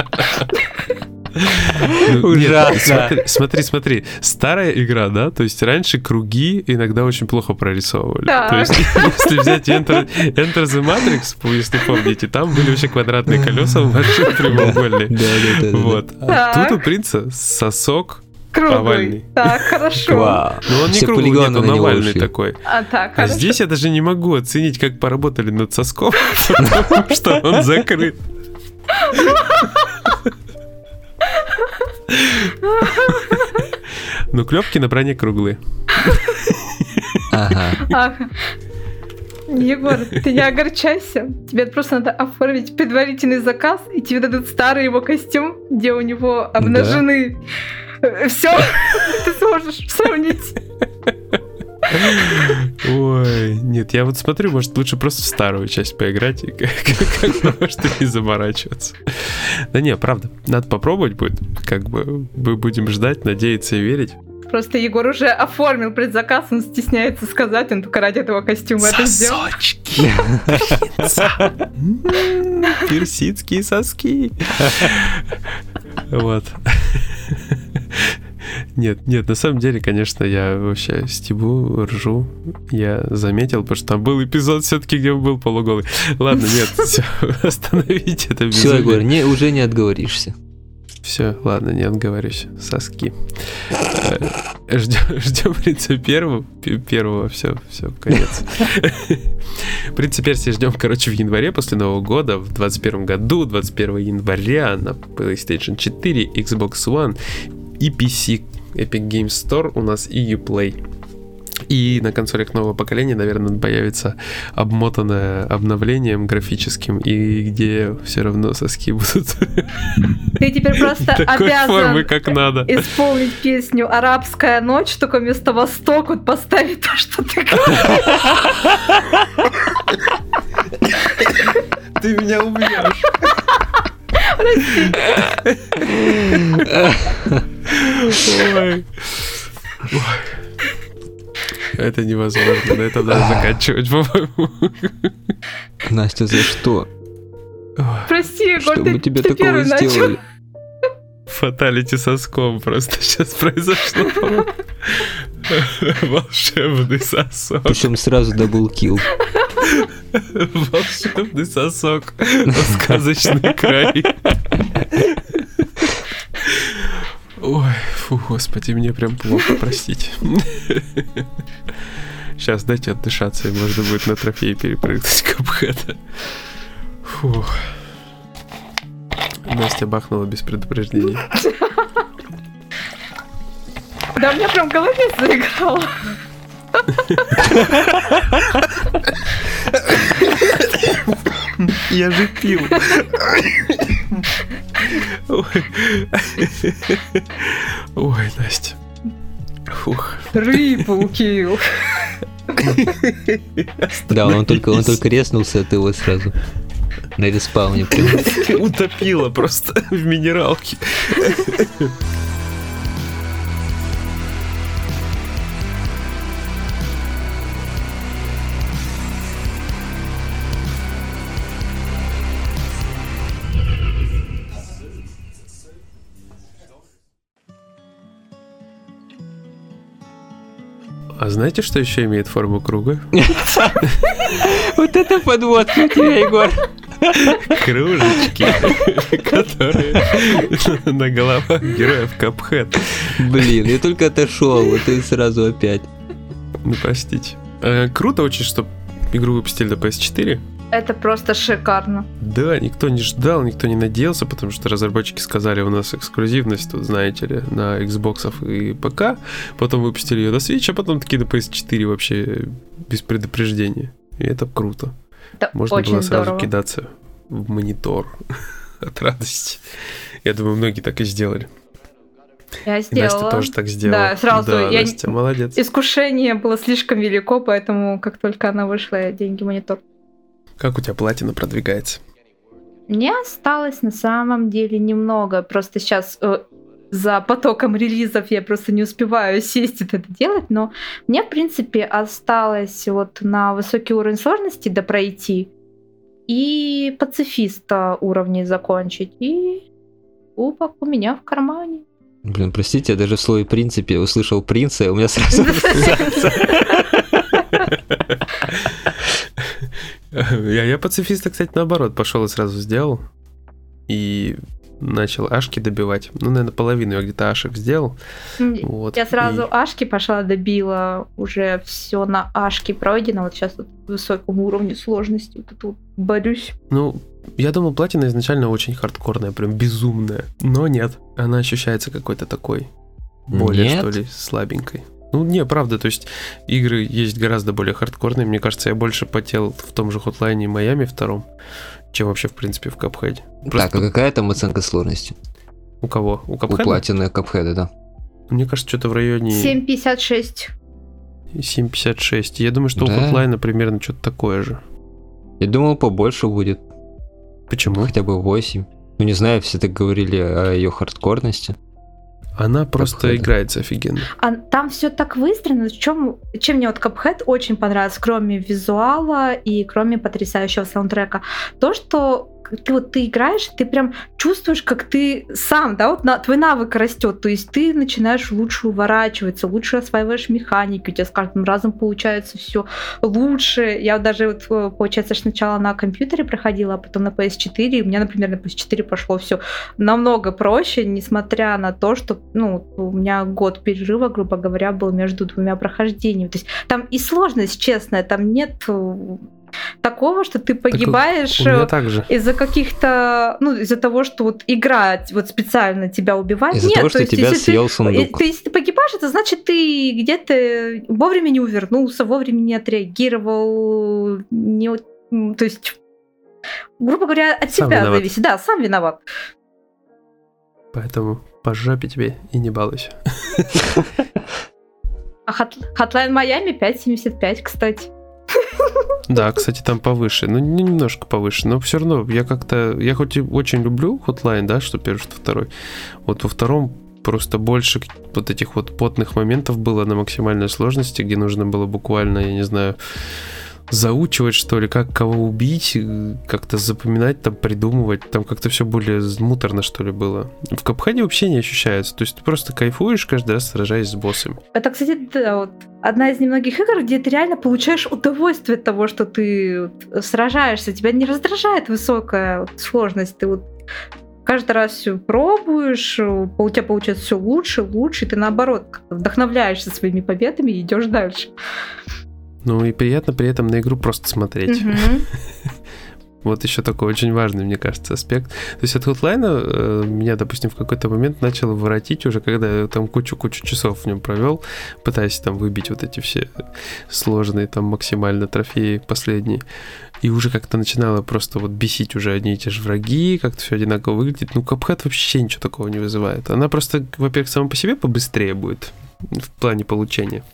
Ну, нет, Ужасно. смотри, смотри, смотри. Старая игра, да? То есть раньше круги иногда очень плохо прорисовывали. Так. То есть, если взять Enter, Enter the Matrix, если помните, там были вообще квадратные колеса в машине прямоугольные. Да, да, да. Вот. А Так. тут у принца сосок. Круглый. Овальный. Так, хорошо. Вау. Но он не Все круглый, полигоны нет, он на него овальный ушли. такой. А так, А хорошо. здесь я даже не могу оценить, как поработали над соском, потому что он закрыт. Ну, клепки на броне круглые. Ага. Ага. Егор, ты не огорчайся. Тебе просто надо оформить предварительный заказ, и тебе дадут старый его костюм, где у него обнажены. Все, ты сможешь сравнить. Ой, нет, я вот смотрю, может, лучше просто в старую часть поиграть, и как может не заморачиваться. Да не, правда, надо попробовать будет, как бы мы будем ждать, надеяться и верить. Просто Егор уже оформил предзаказ, он стесняется сказать, он только ради этого костюма это сделал. Сосочки! Персидские соски! Вот. Нет, нет, на самом деле, конечно, я вообще стебу, ржу. Я заметил, потому что там был эпизод все-таки, где он был полуголый. Ладно, нет, все, остановите это безумие. Все, Егор, не, уже не отговоришься. Все, ладно, не отговорюсь. Соски. Ждем, ждем принца первого. Первого, все, все, конец. Принца Персии ждем, короче, в январе после Нового года, в двадцать первом году, двадцать первого января на PlayStation четыре, Xbox One и пи си, Epic Games Store у нас и Uplay. И на консолях нового поколения, наверное, появится обмотанное обновлением графическим, и где все равно соски будут. Ты теперь просто такой обязан формы, как надо. исполнить песню «Арабская ночь», только вместо «Восток» вот поставить то, что ты говоришь. Ты меня убьешь. Ой. Это невозможно, на этом надо заканчивать, по-моему. Настя, за что? Прости, Егор, Что ты, мы тебе ты такого первый начал. сделали? Фаталити соском просто сейчас произошло. Волшебный сосок. Причем сразу даблкил. Волшебный сосок. Сказочный край. Ой, фу, господи, мне прям плохо, простите. Сейчас дайте отдышаться, и можно будет на трофей перепрыгнуть Капхэда. Фух. Настя бахнула без предупреждения. Да, у меня прям в голове заиграло. Я же пил. Ой. Ой, Настя. Фух. Трипл килл. Да, он только, он только резнулся, а ты его сразу на респауне прям. Утопила просто в минералке. А знаете, что еще имеет форму круга? Вот это подводка у тебя, Егор. Кружечки, которые на головах героев Капхэд. Блин, я только отошел, вот и сразу опять. Ну, простите. Э, круто очень, что игру выпустили на пи эс четыре. Это просто шикарно. Да, никто не ждал, никто не надеялся, потому что разработчики сказали, у нас эксклюзивность, тут, знаете ли, на Xbox и ПК. Потом выпустили ее на Switch, а потом такие на пи эс четыре вообще без предупреждения. И это круто. Это Можно очень было сразу здорово. кидаться в монитор от радости. Я думаю, многие так и сделали. Я И сделала. Настя тоже так сделала. Да, сразу. Да, Я... Настя, молодец. Искушение было слишком велико, поэтому как только она вышла, я деньги в монитор. Как у тебя платина продвигается? Мне осталось на самом деле немного. Просто сейчас э, за потоком релизов я просто не успеваю сесть и это делать, но мне, в принципе, осталось вот на высокий уровень сложности допройти и пацифиста уровней закончить. И кубок у меня в кармане. Блин, простите, я даже в слове «принципе» услышал принца, и у меня сразу ассоциация. Я, я пацифиста, кстати, наоборот, пошел и сразу сделал. И начал ашки добивать. Ну, наверное, половину я где-то ашек сделал. Вот. Я сразу И... ашки пошла, добила. Уже все на ашки пройдено. Вот сейчас вот к высокому уровню сложности вот тут вот борюсь. Ну, я думал, платина изначально очень хардкорная, прям безумная. Но нет, она ощущается какой-то такой более, Нет? что ли, слабенькой. Ну, не, правда, то есть игры есть гораздо более хардкорные. Мне кажется, я больше потел в том же Hotline Miami втором, чем вообще, в принципе, в Cuphead. Так, а какая там оценка сложности? У кого? У У Cuphead? платины Cuphead, да. Мне кажется, что-то в районе... семь пятьдесят шесть. семь пятьдесят шесть. Я думаю, что Да. у Hotline примерно что-то такое же. Я думал, побольше будет. Почему? Хотя бы восемь. Ну, не знаю, все так говорили о ее хардкорности. Она просто Cuphead. играется офигенно. А там все так выстроено, в чем, чем мне вот Cuphead очень понравился, кроме визуала и кроме потрясающего саундтрека, то, что ты вот ты играешь, ты прям чувствуешь, как ты сам, да, вот на, твой навык растет, то есть ты начинаешь лучше уворачиваться, лучше осваиваешь механики, у тебя с каждым разом получается все лучше. Я вот даже вот, получается, сначала на компьютере проходила, а потом на пи эс четыре, и у меня, например, на пи эс четыре пошло все намного проще, несмотря на то, что, ну, у меня год перерыва, грубо говоря, был между двумя прохождениями. То есть там и сложность, честная, там нет такого, что ты погибаешь Так, у меня так же. из-за каких-то, ну, из-за того, что вот игра вот специально тебя убивает. Из-за Нет, того, то что есть, тебя если съел ты, сундук. ты, если ты погибаешь, это значит, ты где-то вовремя не увернулся, вовремя не отреагировал, не, то есть, грубо говоря, от Сам тебя виноват. зависит. Да, сам виноват. Поэтому по жопе тебе и не балуйся. А Hot- Hotline Miami пять семьдесят пять, кстати. Да, кстати, там повыше. Ну, не немножко повыше, но все равно я как-то... Я хоть и очень люблю Hotline, да, что первый, что второй. Вот во втором просто больше вот этих вот потных моментов было на максимальной сложности, где нужно было буквально, я не знаю, заучивать, что ли, как кого убить, как-то запоминать, там, придумывать. Там как-то все более муторно, что ли, было. В Cuphead вообще не ощущается. То есть ты просто кайфуешь каждый раз, сражаясь с боссами. Это, кстати, да, вот одна из немногих игр, где ты реально получаешь удовольствие от того, что ты вот сражаешься. Тебя не раздражает высокая вот сложность. Ты вот каждый раз все пробуешь, у тебя получается все лучше, лучше, и ты наоборот как-то вдохновляешься своими победами и идешь дальше. Ну и приятно при этом на игру просто смотреть. Мгм. Вот еще такой очень важный, мне кажется, аспект. То есть от Hotline э, меня, допустим, в какой-то момент начало воротить уже, когда я там кучу-кучу часов в нем провел, пытаясь там выбить вот эти все сложные там максимально трофеи последние. И уже как-то начинало просто вот бесить уже одни и те же враги, как-то все одинаково выглядит. Ну, Cuphead вообще ничего такого не вызывает. Она просто, во-первых, сама по себе побыстрее будет в плане получения.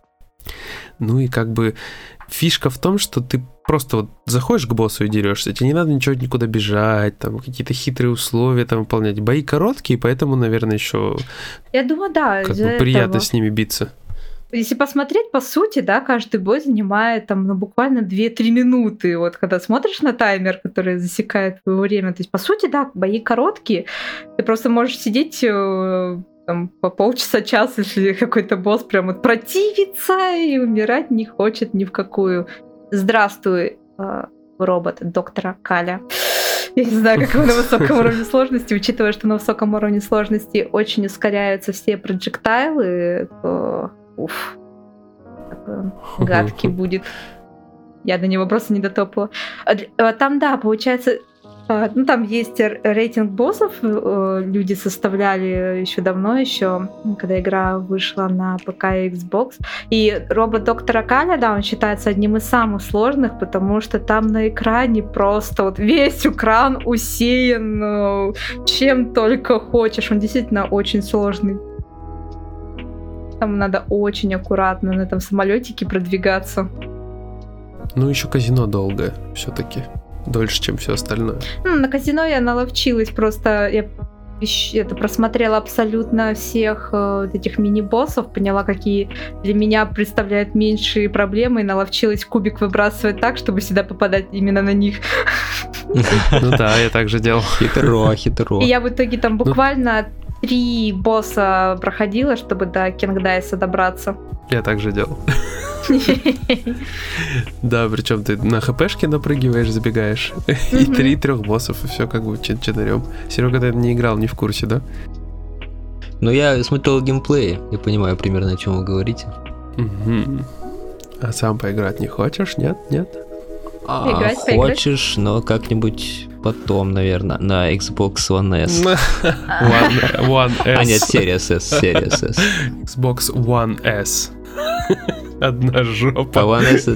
Ну и как бы фишка в том, что ты просто вот заходишь к боссу и дерешься, тебе не надо ничего никуда бежать, там какие-то хитрые условия там выполнять. Бои короткие, поэтому, наверное, еще Я думаю, да. как из-за бы приятно этого. с ними биться. Если посмотреть, по сути, да, каждый бой занимает там, ну, буквально две-три минуты. Вот когда смотришь на таймер, который засекает твое время, то есть, по сути, да, бои короткие. Ты просто можешь сидеть э, там, по полчаса, час, если какой-то босс прям вот противится и умирать не хочет ни в какую. Здравствуй, э, робот доктора Каля. Я не знаю, как его на высоком уровне сложности, учитывая, что на высоком уровне сложности очень ускоряются все проджектайлы, то уф, такой он гадкий будет. Я до него просто не дотопала. Там, да, получается, ну там есть рейтинг боссов, люди составляли еще давно, еще когда игра вышла на ПК и Xbox. И робот доктора Каля, да, он считается одним из самых сложных, потому что там на экране просто вот весь экран усеян чем только хочешь. Он действительно очень сложный. Там надо очень аккуратно на этом самолетике продвигаться. Ну, еще казино долгое все-таки. Дольше, чем все остальное. Ну, на казино я наловчилась, просто я это просмотрела абсолютно всех э, этих мини-боссов, поняла, какие для меня представляют меньшие проблемы, и наловчилась кубик выбрасывать так, чтобы всегда попадать именно на них. Ну да, я так же делал. Хитро, хитро. И я в итоге там буквально три босса проходила, чтобы до Кингдайса добраться. Я так же делал. Да, причем ты на хпшке напрыгиваешь, забегаешь, и три трех боссов, и все как бы чин-чинарем. Серега, ты не играл, не в курсе, да? Ну, я смотрел геймплей, я понимаю примерно, о чем вы говорите. А сам поиграть не хочешь? Нет? Нет? А, Играть, поиграть? хочешь, но как-нибудь потом, наверное, на Xbox One S. One, One S. А нет, Series S, Series S. Xbox One S. Одна А жопа. One S...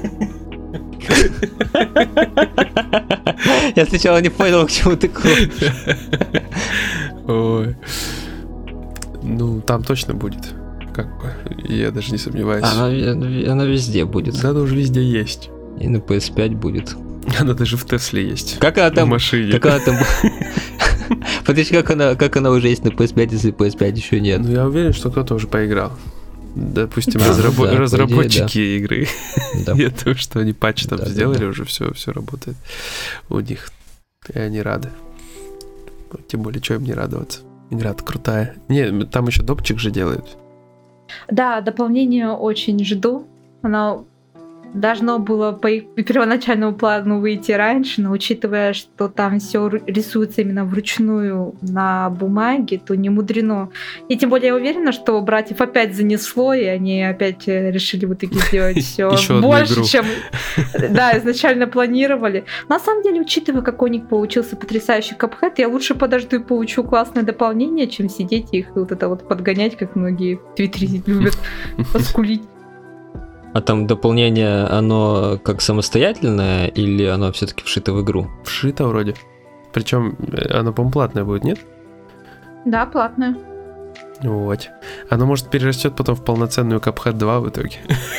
Я сначала не понял, к чему ты клонишь. Ой. Ну, там точно будет. Как бы, я даже не сомневаюсь. Она, она везде будет. Да, она уже везде есть. И на пи эс пять будет. Она даже в Тесле есть. Как она там? В машине. Как она там? Подожди, как она, как она уже есть на пи эс пять, если пи эс пять еще нет? Ну, я уверен, что кто-то уже поиграл. Допустим, Да, разрабо- да, разработчики идее, да. игры. Да. Я думаю, что они патч там Да, да, сделали, да. уже все, все работает у них. И они рады. Вот, тем более, что им не радоваться. Игра-то крутая. Не, там еще допчик же делают. Да, дополнение очень жду. Оно должно было по их первоначальному плану выйти раньше, но учитывая, что там все рисуется именно вручную на бумаге, то не мудрено. И тем более я уверена, что братьев опять занесло, и они опять решили в итоге сделать все больше, чем да, изначально планировали. На самом деле, учитывая, какой у них получился потрясающий Cuphead, я лучше подожду и получу классное дополнение, чем сидеть и их вот это вот подгонять, как многие в Твиттере любят поскулить. А там дополнение, оно как самостоятельное или оно все-таки вшито в игру? Вшито вроде. Причем оно, по-моему, платное будет, нет? Да, платное. Вот. Оно, может, перерастет потом в полноценную Cuphead два в итоге.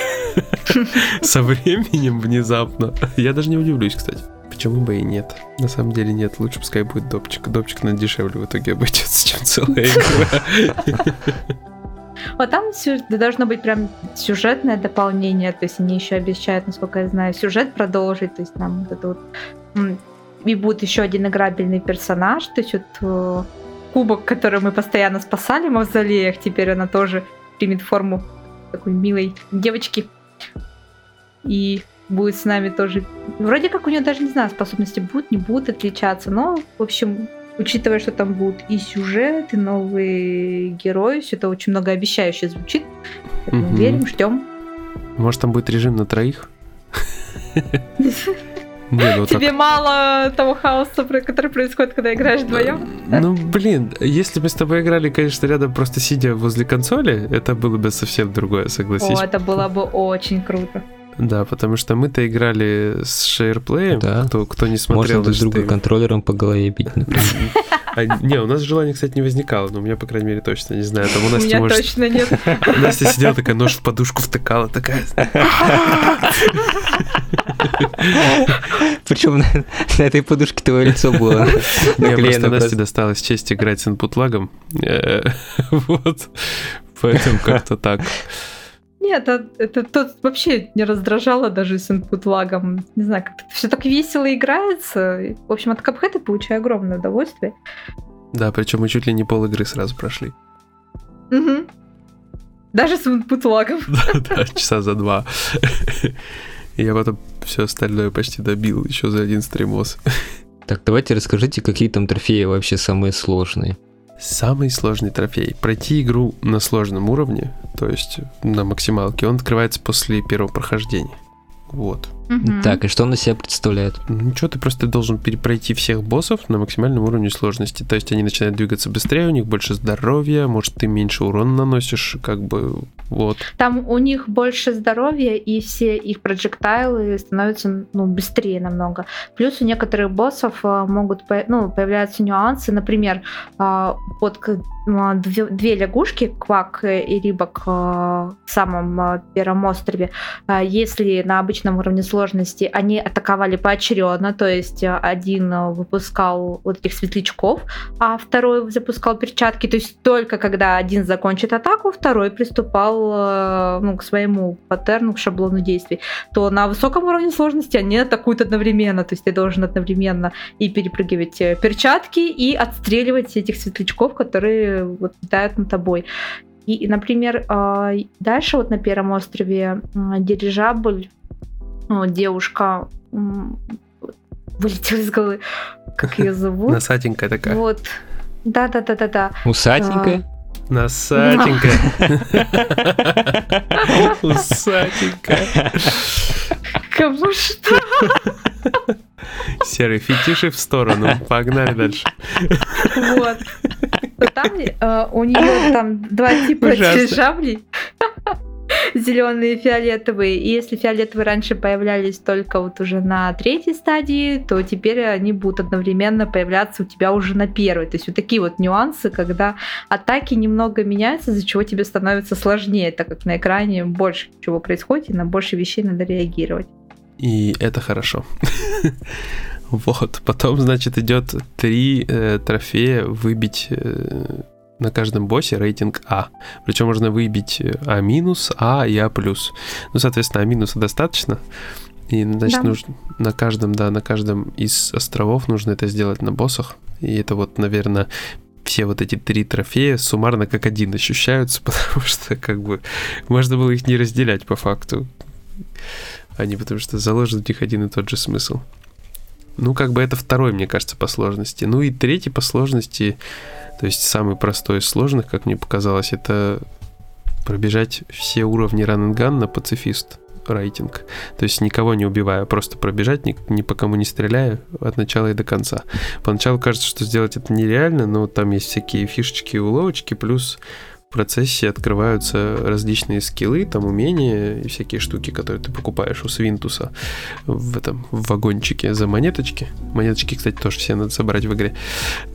Со временем внезапно. Я даже не удивлюсь, кстати. Почему бы и нет? На самом деле нет. Лучше пускай будет допчик. Допчик на дешевле в итоге обойдется, чем целая игра. Вот там должно быть прям сюжетное дополнение, то есть они еще обещают, насколько я знаю, сюжет продолжить, то есть нам вот это вот... И будет еще один играбельный персонаж, то есть вот кубок, который мы постоянно спасали в мавзолеях, теперь она тоже примет форму такой милой девочки. И будет с нами тоже... Вроде как у нее даже, не знаю, способности будут, не будут отличаться, но, в общем... Учитывая, что там будут и сюжет, и новые герои, все это очень многообещающе звучит. Поэтому Мгм. верим, ждем. Может, там будет режим на троих? Не, ну Тебе так. мало того хаоса, про- который происходит, когда играешь вдвоем? Ну, блин, если мы с тобой играли, конечно, рядом просто сидя возле консоли, это было бы совсем другое, согласись. О, это было бы очень круто. Да, потому что мы-то играли с шейрплеем, Да. кто, кто не Можно смотрел друг наш друга стрим. контроллером по голове бить, например. А, не, у нас желания, кстати, не возникало, но у меня, по крайней мере, точно, не знаю. Там у У Насти, меня может, точно нет. Настя сидела такая, нож в подушку втыкала, такая. Причем на, на этой подушке твое лицо было Не, наклеено. просто Насте просто. досталась честь играть с инпутлагом. Э, Вот. Поэтому как-то так. Нет, это, это тут вообще не раздражало даже с инпут-лагом. Не знаю, как-то все так весело играется. В общем, от Cuphead я получаю огромное удовольствие. Да, причем мы чуть ли не пол игры сразу прошли. Мгм. Даже с инпут-лагом. Да, часа за два. И я потом все остальное почти добил еще за один стримос. Так, давайте расскажите, какие там трофеи вообще самые сложные. Самый сложный трофей. Пройти игру на сложном уровне, то есть на максималке, он открывается после первого прохождения. Вот. Мгм. Так, и что он из себя представляет? Ничего, ты просто должен перепройти всех боссов на максимальном уровне сложности. То есть они начинают двигаться быстрее, у них больше здоровья, может, ты меньше урона наносишь, как бы вот. Там у них больше здоровья, и все их проджектайлы становятся ну, быстрее намного. Плюс у некоторых боссов а, могут по- ну, появляются нюансы. Например, а, вот к- а, две, две лягушки, Квак и Рибок, а, в самом а, первом острове, а, если на обычном уровне сложности они атаковали поочередно, то есть а, один а, выпускал вот этих светлячков, а второй запускал перчатки, то есть только когда один закончит атаку, второй приступал э, ну, к своему паттерну, к шаблону действий, то на высоком уровне сложности они атакуют одновременно, то есть ты должен одновременно и перепрыгивать э, перчатки, и отстреливать этих светлячков, которые вот летают над тобой. И, и, например, э, дальше вот на первом острове э, дирижабль, э, девушка м, вылетела из головы, как ее зовут? Носатенькая такая. Вот. Да-да-да-да-да. Усатенькая? Носатенькая. Усатенькая. Кому что? Серый, фетиши в сторону. Погнали дальше. Вот. То там э, у нее там два типа Ужасно. дирижаблей. зеленые и фиолетовые. И если фиолетовые раньше появлялись только вот уже на третьей стадии, то теперь они будут одновременно появляться у тебя уже на первой. То есть вот такие вот нюансы, когда атаки немного меняются, из-за чего тебе становится сложнее, так как на экране больше чего происходит, и на больше вещей надо реагировать. И это хорошо. Вот, потом, значит, идет три э, трофея выбить э, на каждом боссе рейтинг А. Причем можно выбить А минус, А и А плюс. Ну, соответственно, А минуса достаточно. И, значит, да. нужно на каждом, да, на каждом из островов нужно это сделать на боссах. И это вот, наверное, все вот эти три трофея суммарно как один ощущаются, потому что, как бы, можно было их не разделять по факту. Они, потому что заложен в них один и тот же смысл. Ну, как бы это второй, мне кажется, по сложности. Ну и третий по сложности, то есть самый простой из сложных, как мне показалось, это пробежать все уровни Run and Gun на пацифист рейтинг. То есть никого не убивая, просто пробежать, ни, ни по кому не стреляя от начала и до конца. Поначалу кажется, что сделать это нереально, но там есть всякие фишечки и уловочки, плюс в процессе открываются различные скиллы, там умения и всякие штуки, которые ты покупаешь у Свинтуса в этом в вагончике за монеточки. Монеточки, кстати, тоже все надо собрать в игре.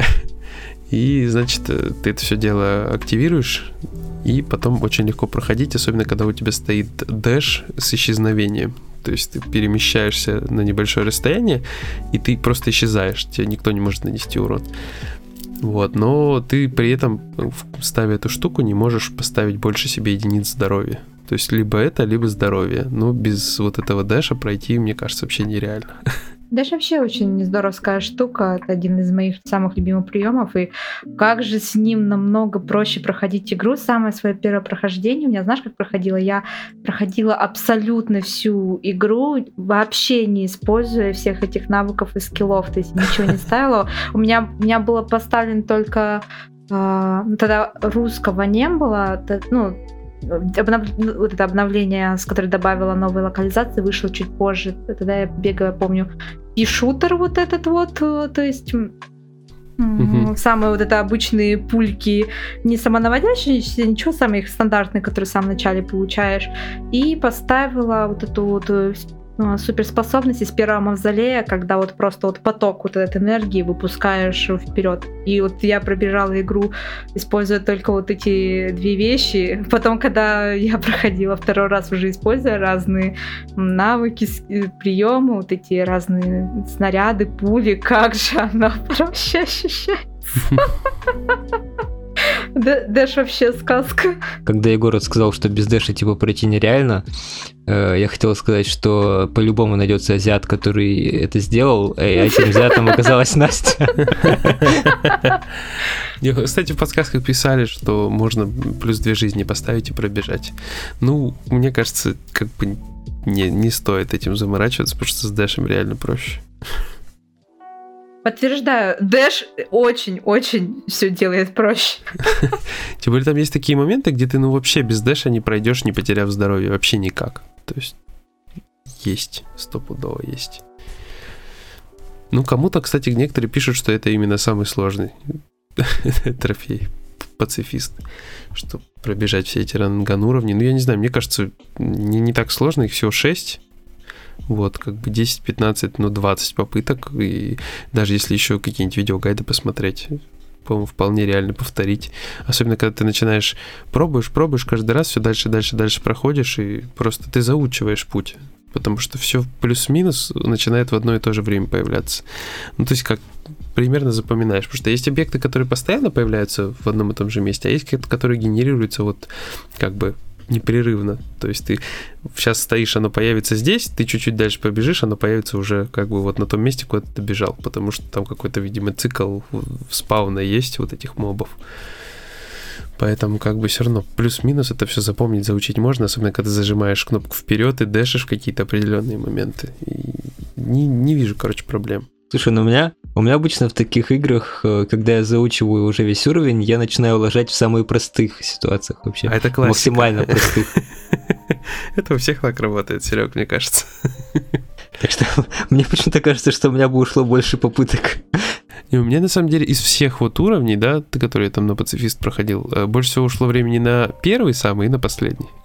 И, значит, ты это все дело активируешь, и потом очень легко проходить, особенно когда у тебя стоит дэш с исчезновением. То есть ты перемещаешься на небольшое расстояние, и ты просто исчезаешь, тебе никто не может нанести урон. Вот, но ты при этом, ставя эту штуку, не можешь поставить больше себе единиц здоровья. То есть либо это, либо здоровье. Но без вот этого дэша пройти, мне кажется, вообще нереально. Дэш вообще очень здоровская штука. Это один из моих самых любимых приемов. И как же с ним намного проще проходить игру. Самое свое первое прохождение у меня, знаешь, как проходило? Я проходила абсолютно всю игру, вообще не используя всех этих навыков и скиллов. То есть ничего не ставила. У меня, у меня было поставлено только... Э, тогда русского не было. Ну, Обнов... вот это обновление, с которое добавила новые локализации, вышло чуть позже. Тогда я бегаю, помню, и шутер вот этот вот, то есть mm-hmm. самые вот это обычные пульки, не самонаводящиеся, ничего, самые их стандартные, которые в самом начале получаешь. И поставила вот эту вот суперспособность из первого мавзолея, когда вот просто вот поток вот этой энергии выпускаешь вперед. И вот я пробежала игру, используя только вот эти две вещи. Потом, когда я проходила второй раз, уже используя разные навыки, приемы, вот эти разные снаряды, пули, как же она проще ощущается. Дэш вообще сказка. Когда Егор сказал, что без дэша типа пройти нереально, э, я хотел сказать, что по-любому найдется азиат, который это сделал, и этим азиатом оказалась Настя. Кстати, в подсказках писали, что можно плюс две жизни поставить и пробежать. Ну, мне кажется, как бы не, не стоит этим заморачиваться, потому что с дэшем реально проще. Подтверждаю, дэш очень-очень все делает проще. Тем более там есть такие моменты, где ты ну вообще без дэша не пройдешь, не потеряв здоровье, вообще никак. То есть есть, стопудово есть. Ну, кому-то, кстати, некоторые пишут, что это именно самый сложный трофей, пацифист, чтобы пробежать все эти ранган уровни. Ну, я не знаю, мне кажется, не, не так сложно, их всего шесть. Вот, как бы десять, пятнадцать, ну, двадцать попыток, и даже если еще какие-нибудь видеогайды посмотреть, по-моему, вполне реально повторить. Особенно, когда ты начинаешь, пробуешь, пробуешь, каждый раз все дальше, дальше, дальше проходишь, и просто ты заучиваешь путь, потому что все плюс-минус начинает в одно и то же время появляться. Ну, то есть, как примерно запоминаешь, потому что есть объекты, которые постоянно появляются в одном и том же месте, а есть, которые генерируются вот, как бы, непрерывно. То есть ты сейчас стоишь, оно появится здесь, ты чуть-чуть дальше побежишь, оно появится уже как бы вот на том месте, куда ты бежал, потому что там какой-то, видимо, цикл спауна есть вот этих мобов. Поэтому как бы все равно плюс-минус это все запомнить, заучить можно, особенно когда зажимаешь кнопку вперед и дэшишь в какие-то определенные моменты. И не, не вижу, короче, проблем. Слушай, ну у меня, у меня обычно в таких играх, когда я заучиваю уже весь уровень, я начинаю уложать в самых простых ситуациях вообще. А это классика. Максимально простых. Это у всех так работает, Серег, мне кажется. Так что мне почему-то кажется, что у меня бы ушло больше попыток. И у меня, на самом деле, из всех вот уровней, да, которые я там на пацифист проходил, больше всего ушло времени на первый самый и на последний.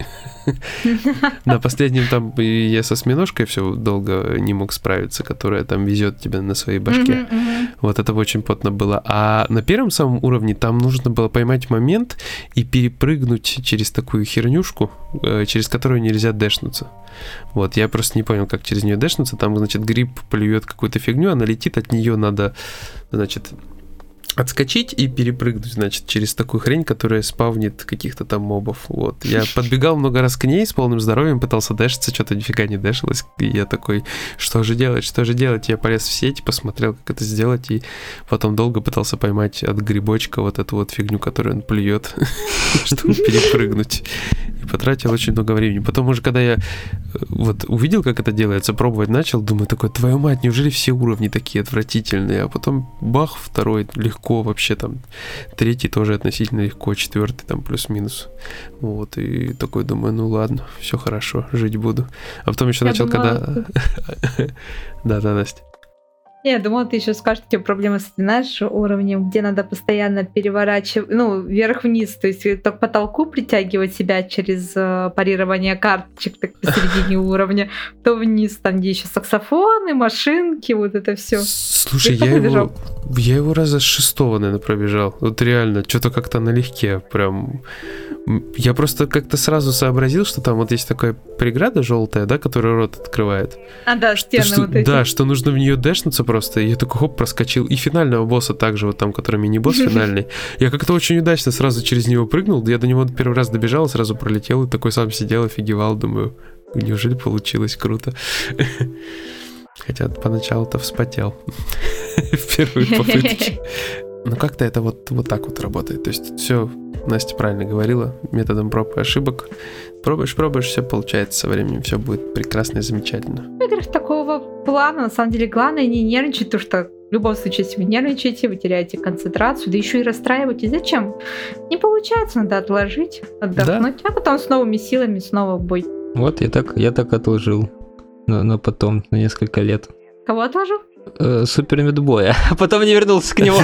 На последнем там я со осьминожкой все долго не мог справиться, которая там везет тебя на своей башке. Вот это очень потно было. А на первом самом уровне там нужно было поймать момент и перепрыгнуть через такую хернюшку, через которую нельзя дэшнуться. Вот, я просто не понял, как через нее дэшнуться. Там, значит, гриб плюет какую-то фигню, она летит, от нее надо, значит, отскочить и перепрыгнуть, значит, через такую хрень, которая спавнит каких-то там мобов. Вот. Я подбегал много раз к ней с полным здоровьем, пытался дэшиться, что-то нифига не дэшилось. И я такой, что же делать, что же делать? Я полез в сеть, посмотрел, как это сделать, и потом долго пытался поймать от грибочка вот эту вот фигню, которую он плюет, чтобы перепрыгнуть. И потратил очень много времени. Потом уже, когда я вот увидел, как это делается, пробовать начал, думаю, такой, твою мать, неужели все уровни такие отвратительные? А потом бах, второй легко вообще там, третий тоже относительно легко, четвертый там плюс-минус. Вот, и такой думаю, ну ладно, все хорошо, жить буду. А потом еще я начал, думала, когда... Да-да, Настя. Я думала, ты еще скажешь, что у тебя проблемы с, знаешь, уровнем, где надо постоянно переворачивать, ну, вверх-вниз, то есть то к потолку притягивать себя через э, парирование карточек так посередине уровня, то вниз, там, где еще саксофоны, машинки, вот это все. Слушай, я его, я его раза с шестого, наверное, пробежал. Вот реально, что-то как-то налегке, прям... Я просто как-то сразу сообразил, что там вот есть такая преграда желтая, да, которая рот открывает. А, да, стены что, вот эти. Да, что нужно в нее дэшнуться просто, и я такой хоп, проскочил. И финального босса также, вот там, который мини-босс финальный. Я как-то очень удачно сразу через него прыгнул, я до него первый раз добежал, сразу пролетел, и такой сам сидел, офигевал, думаю, неужели получилось круто. Хотя поначалу-то вспотел в первые попытки. Но как-то это вот, вот так вот работает. То есть все, Настя правильно говорила, методом проб и ошибок. Пробуешь, пробуешь, все получается со временем, все будет прекрасно и замечательно. В играх такого плана, на самом деле, главное не нервничать, потому что в любом случае, если вы нервничаете, вы теряете концентрацию, да еще и расстраиваетесь. Зачем? Не получается, надо отложить, отдохнуть, да. А потом с новыми силами снова в бой. Вот я так, я так отложил, но, но потом, на несколько лет. Кого отложил? Супер Мидбоя, а потом не вернулся к нему.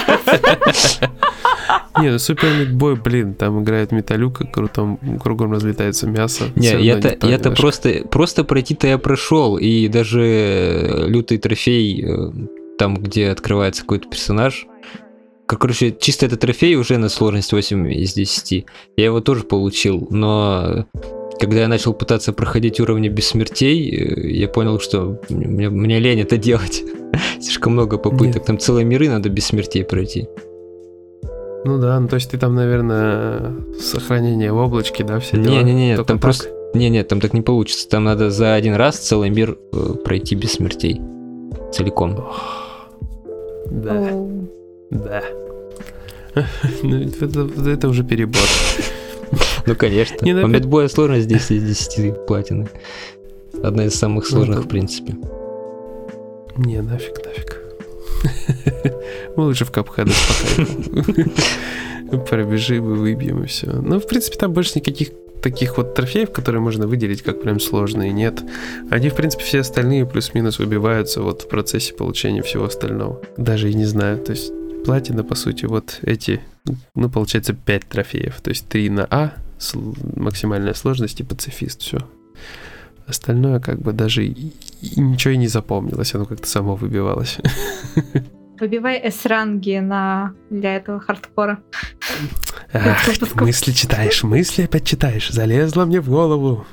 Не, ну Супер Мидбой, блин, там играет металюка, кругом, кругом разлетается мясо. Не, я-то, я-то просто, просто пройти-то я прошел, и даже лютый трофей, там, где открывается какой-то персонаж, короче, чисто этот трофей уже на сложность восемь из десяти. Я его тоже получил, но... Когда я начал пытаться проходить уровни без смертей, я понял, что мне, мне лень это делать. Слишком много попыток. Нет. Там целые миры надо без смертей пройти. Ну да, ну то есть ты там, наверное, сохранение в облачке, да, все дела? Не-не-не, там так? просто... Не-не, там так не получится. Там надо за один раз целый мир э, пройти без смертей. Целиком. Да. Oh. Да. Ну это, это уже перебор. Ну, конечно. Не, ну, у Мидбоя сложность десять из десяти платины. Одна из самых сложных, ну, в принципе. Не, нафиг, нафиг. Мы лучше в Капхеда спокойно. Пробежи, мы выбьем и все. Ну, в принципе, там больше никаких таких вот трофеев, которые можно выделить как прям сложные, нет. Они, в принципе, все остальные плюс-минус выбиваются вот в процессе получения всего остального. Даже и не знаю, то есть платина, по сути, вот эти, ну, получается, пять трофеев. То есть три на А, максимальная сложность и пацифист, все. Остальное как бы даже и, и ничего и не запомнилось, оно как-то само выбивалось. Выбивай эс-ранги на... для этого хардкора. Ах, мысли читаешь, мысли опять читаешь. Залезла мне в голову.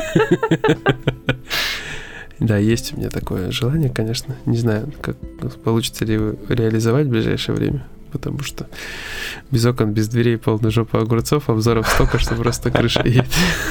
Да, есть у меня такое желание, конечно. Не знаю, как получится ли его реализовать в ближайшее время, потому что без окон, без дверей, полная жопа огурцов, обзоров столько, что просто крыша едет.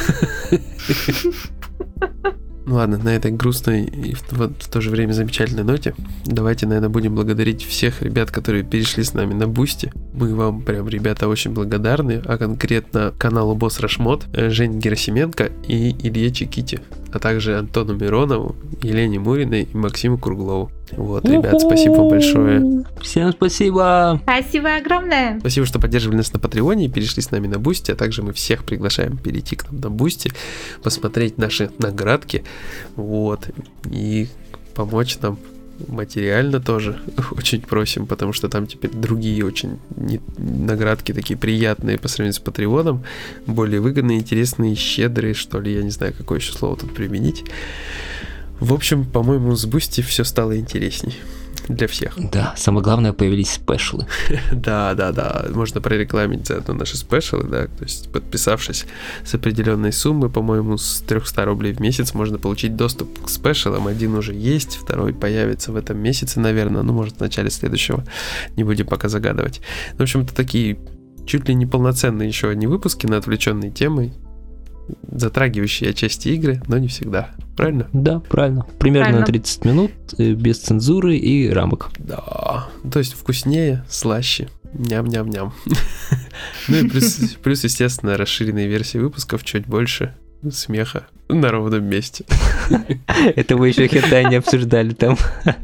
Ну ладно, на этой грустной и в, в, в то же время замечательной ноте давайте, наверное, будем благодарить всех ребят, которые перешли с нами на Бусти. Мы вам прям, ребята, очень благодарны, а конкретно каналу Босс Рашмот, Жене Герасименко и Илье Чикити, а также Антону Миронову, Елене Муриной и Максиму Круглову. Вот, ребят, спасибо вам большое. Всем спасибо. Спасибо огромное. Спасибо, что поддерживали нас на Патреоне и перешли с нами на Бусти, а также мы всех приглашаем перейти к нам на Бусти, посмотреть наши наградки, вот, и помочь нам материально тоже очень просим, потому что там теперь другие очень не, наградки такие приятные по сравнению с Патреоном, более выгодные, интересные, щедрые, что ли, я не знаю, какое еще слово тут применить. В общем, по-моему, с Boosty все стало интересней для всех. Да, самое главное, появились спешлы. Да, да, да, можно прорекламить заодно наши спешлы, да, то есть подписавшись с определенной суммы, по-моему, с триста рублей в месяц можно получить доступ к спешлам. Один уже есть, второй появится в этом месяце, наверное, ну, может, в начале следующего, не будем пока загадывать. В общем-то, такие чуть ли не полноценные еще одни выпуски на отвлеченные темы, затрагивающие отчасти игры, но не всегда. Правильно? Да, правильно. Примерно Правильно. на тридцать минут, без цензуры и рамок. Да, то есть вкуснее, слаще. Ням-ням-ням. Ну и плюс, плюс, естественно, расширенные версии выпусков, чуть больше смеха на ровном месте. Это вы еще хентай не обсуждали там.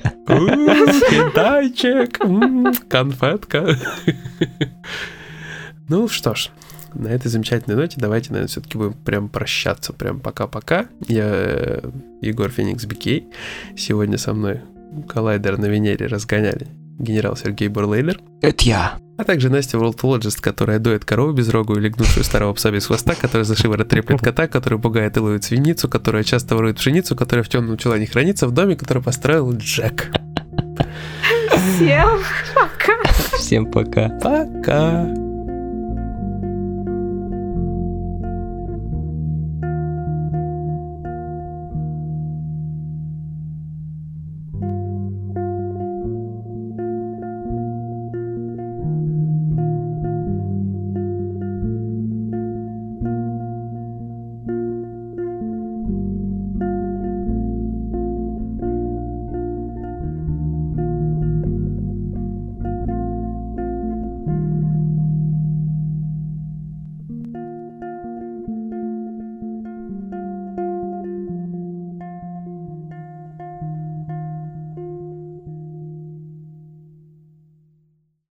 Хентайчик, конфетка. Ну что ж, на этой замечательной ноте давайте, наверное, все-таки будем прям прощаться. Прям пока-пока. Я Егор Феникс Бикей. Сегодня со мной коллайдер на Венере разгоняли генерал Сергей Бурлейлер. Это я. А также Настя Worldologist, которая доет корову безрогую или гнувшую старого пса без хвоста, которая за шиворот треплет кота, который пугает и ловит свинницу, которая часто ворует пшеницу, которая в темном чулане хранится в доме, который построил Джек. Всем пока. Всем пока. Пока.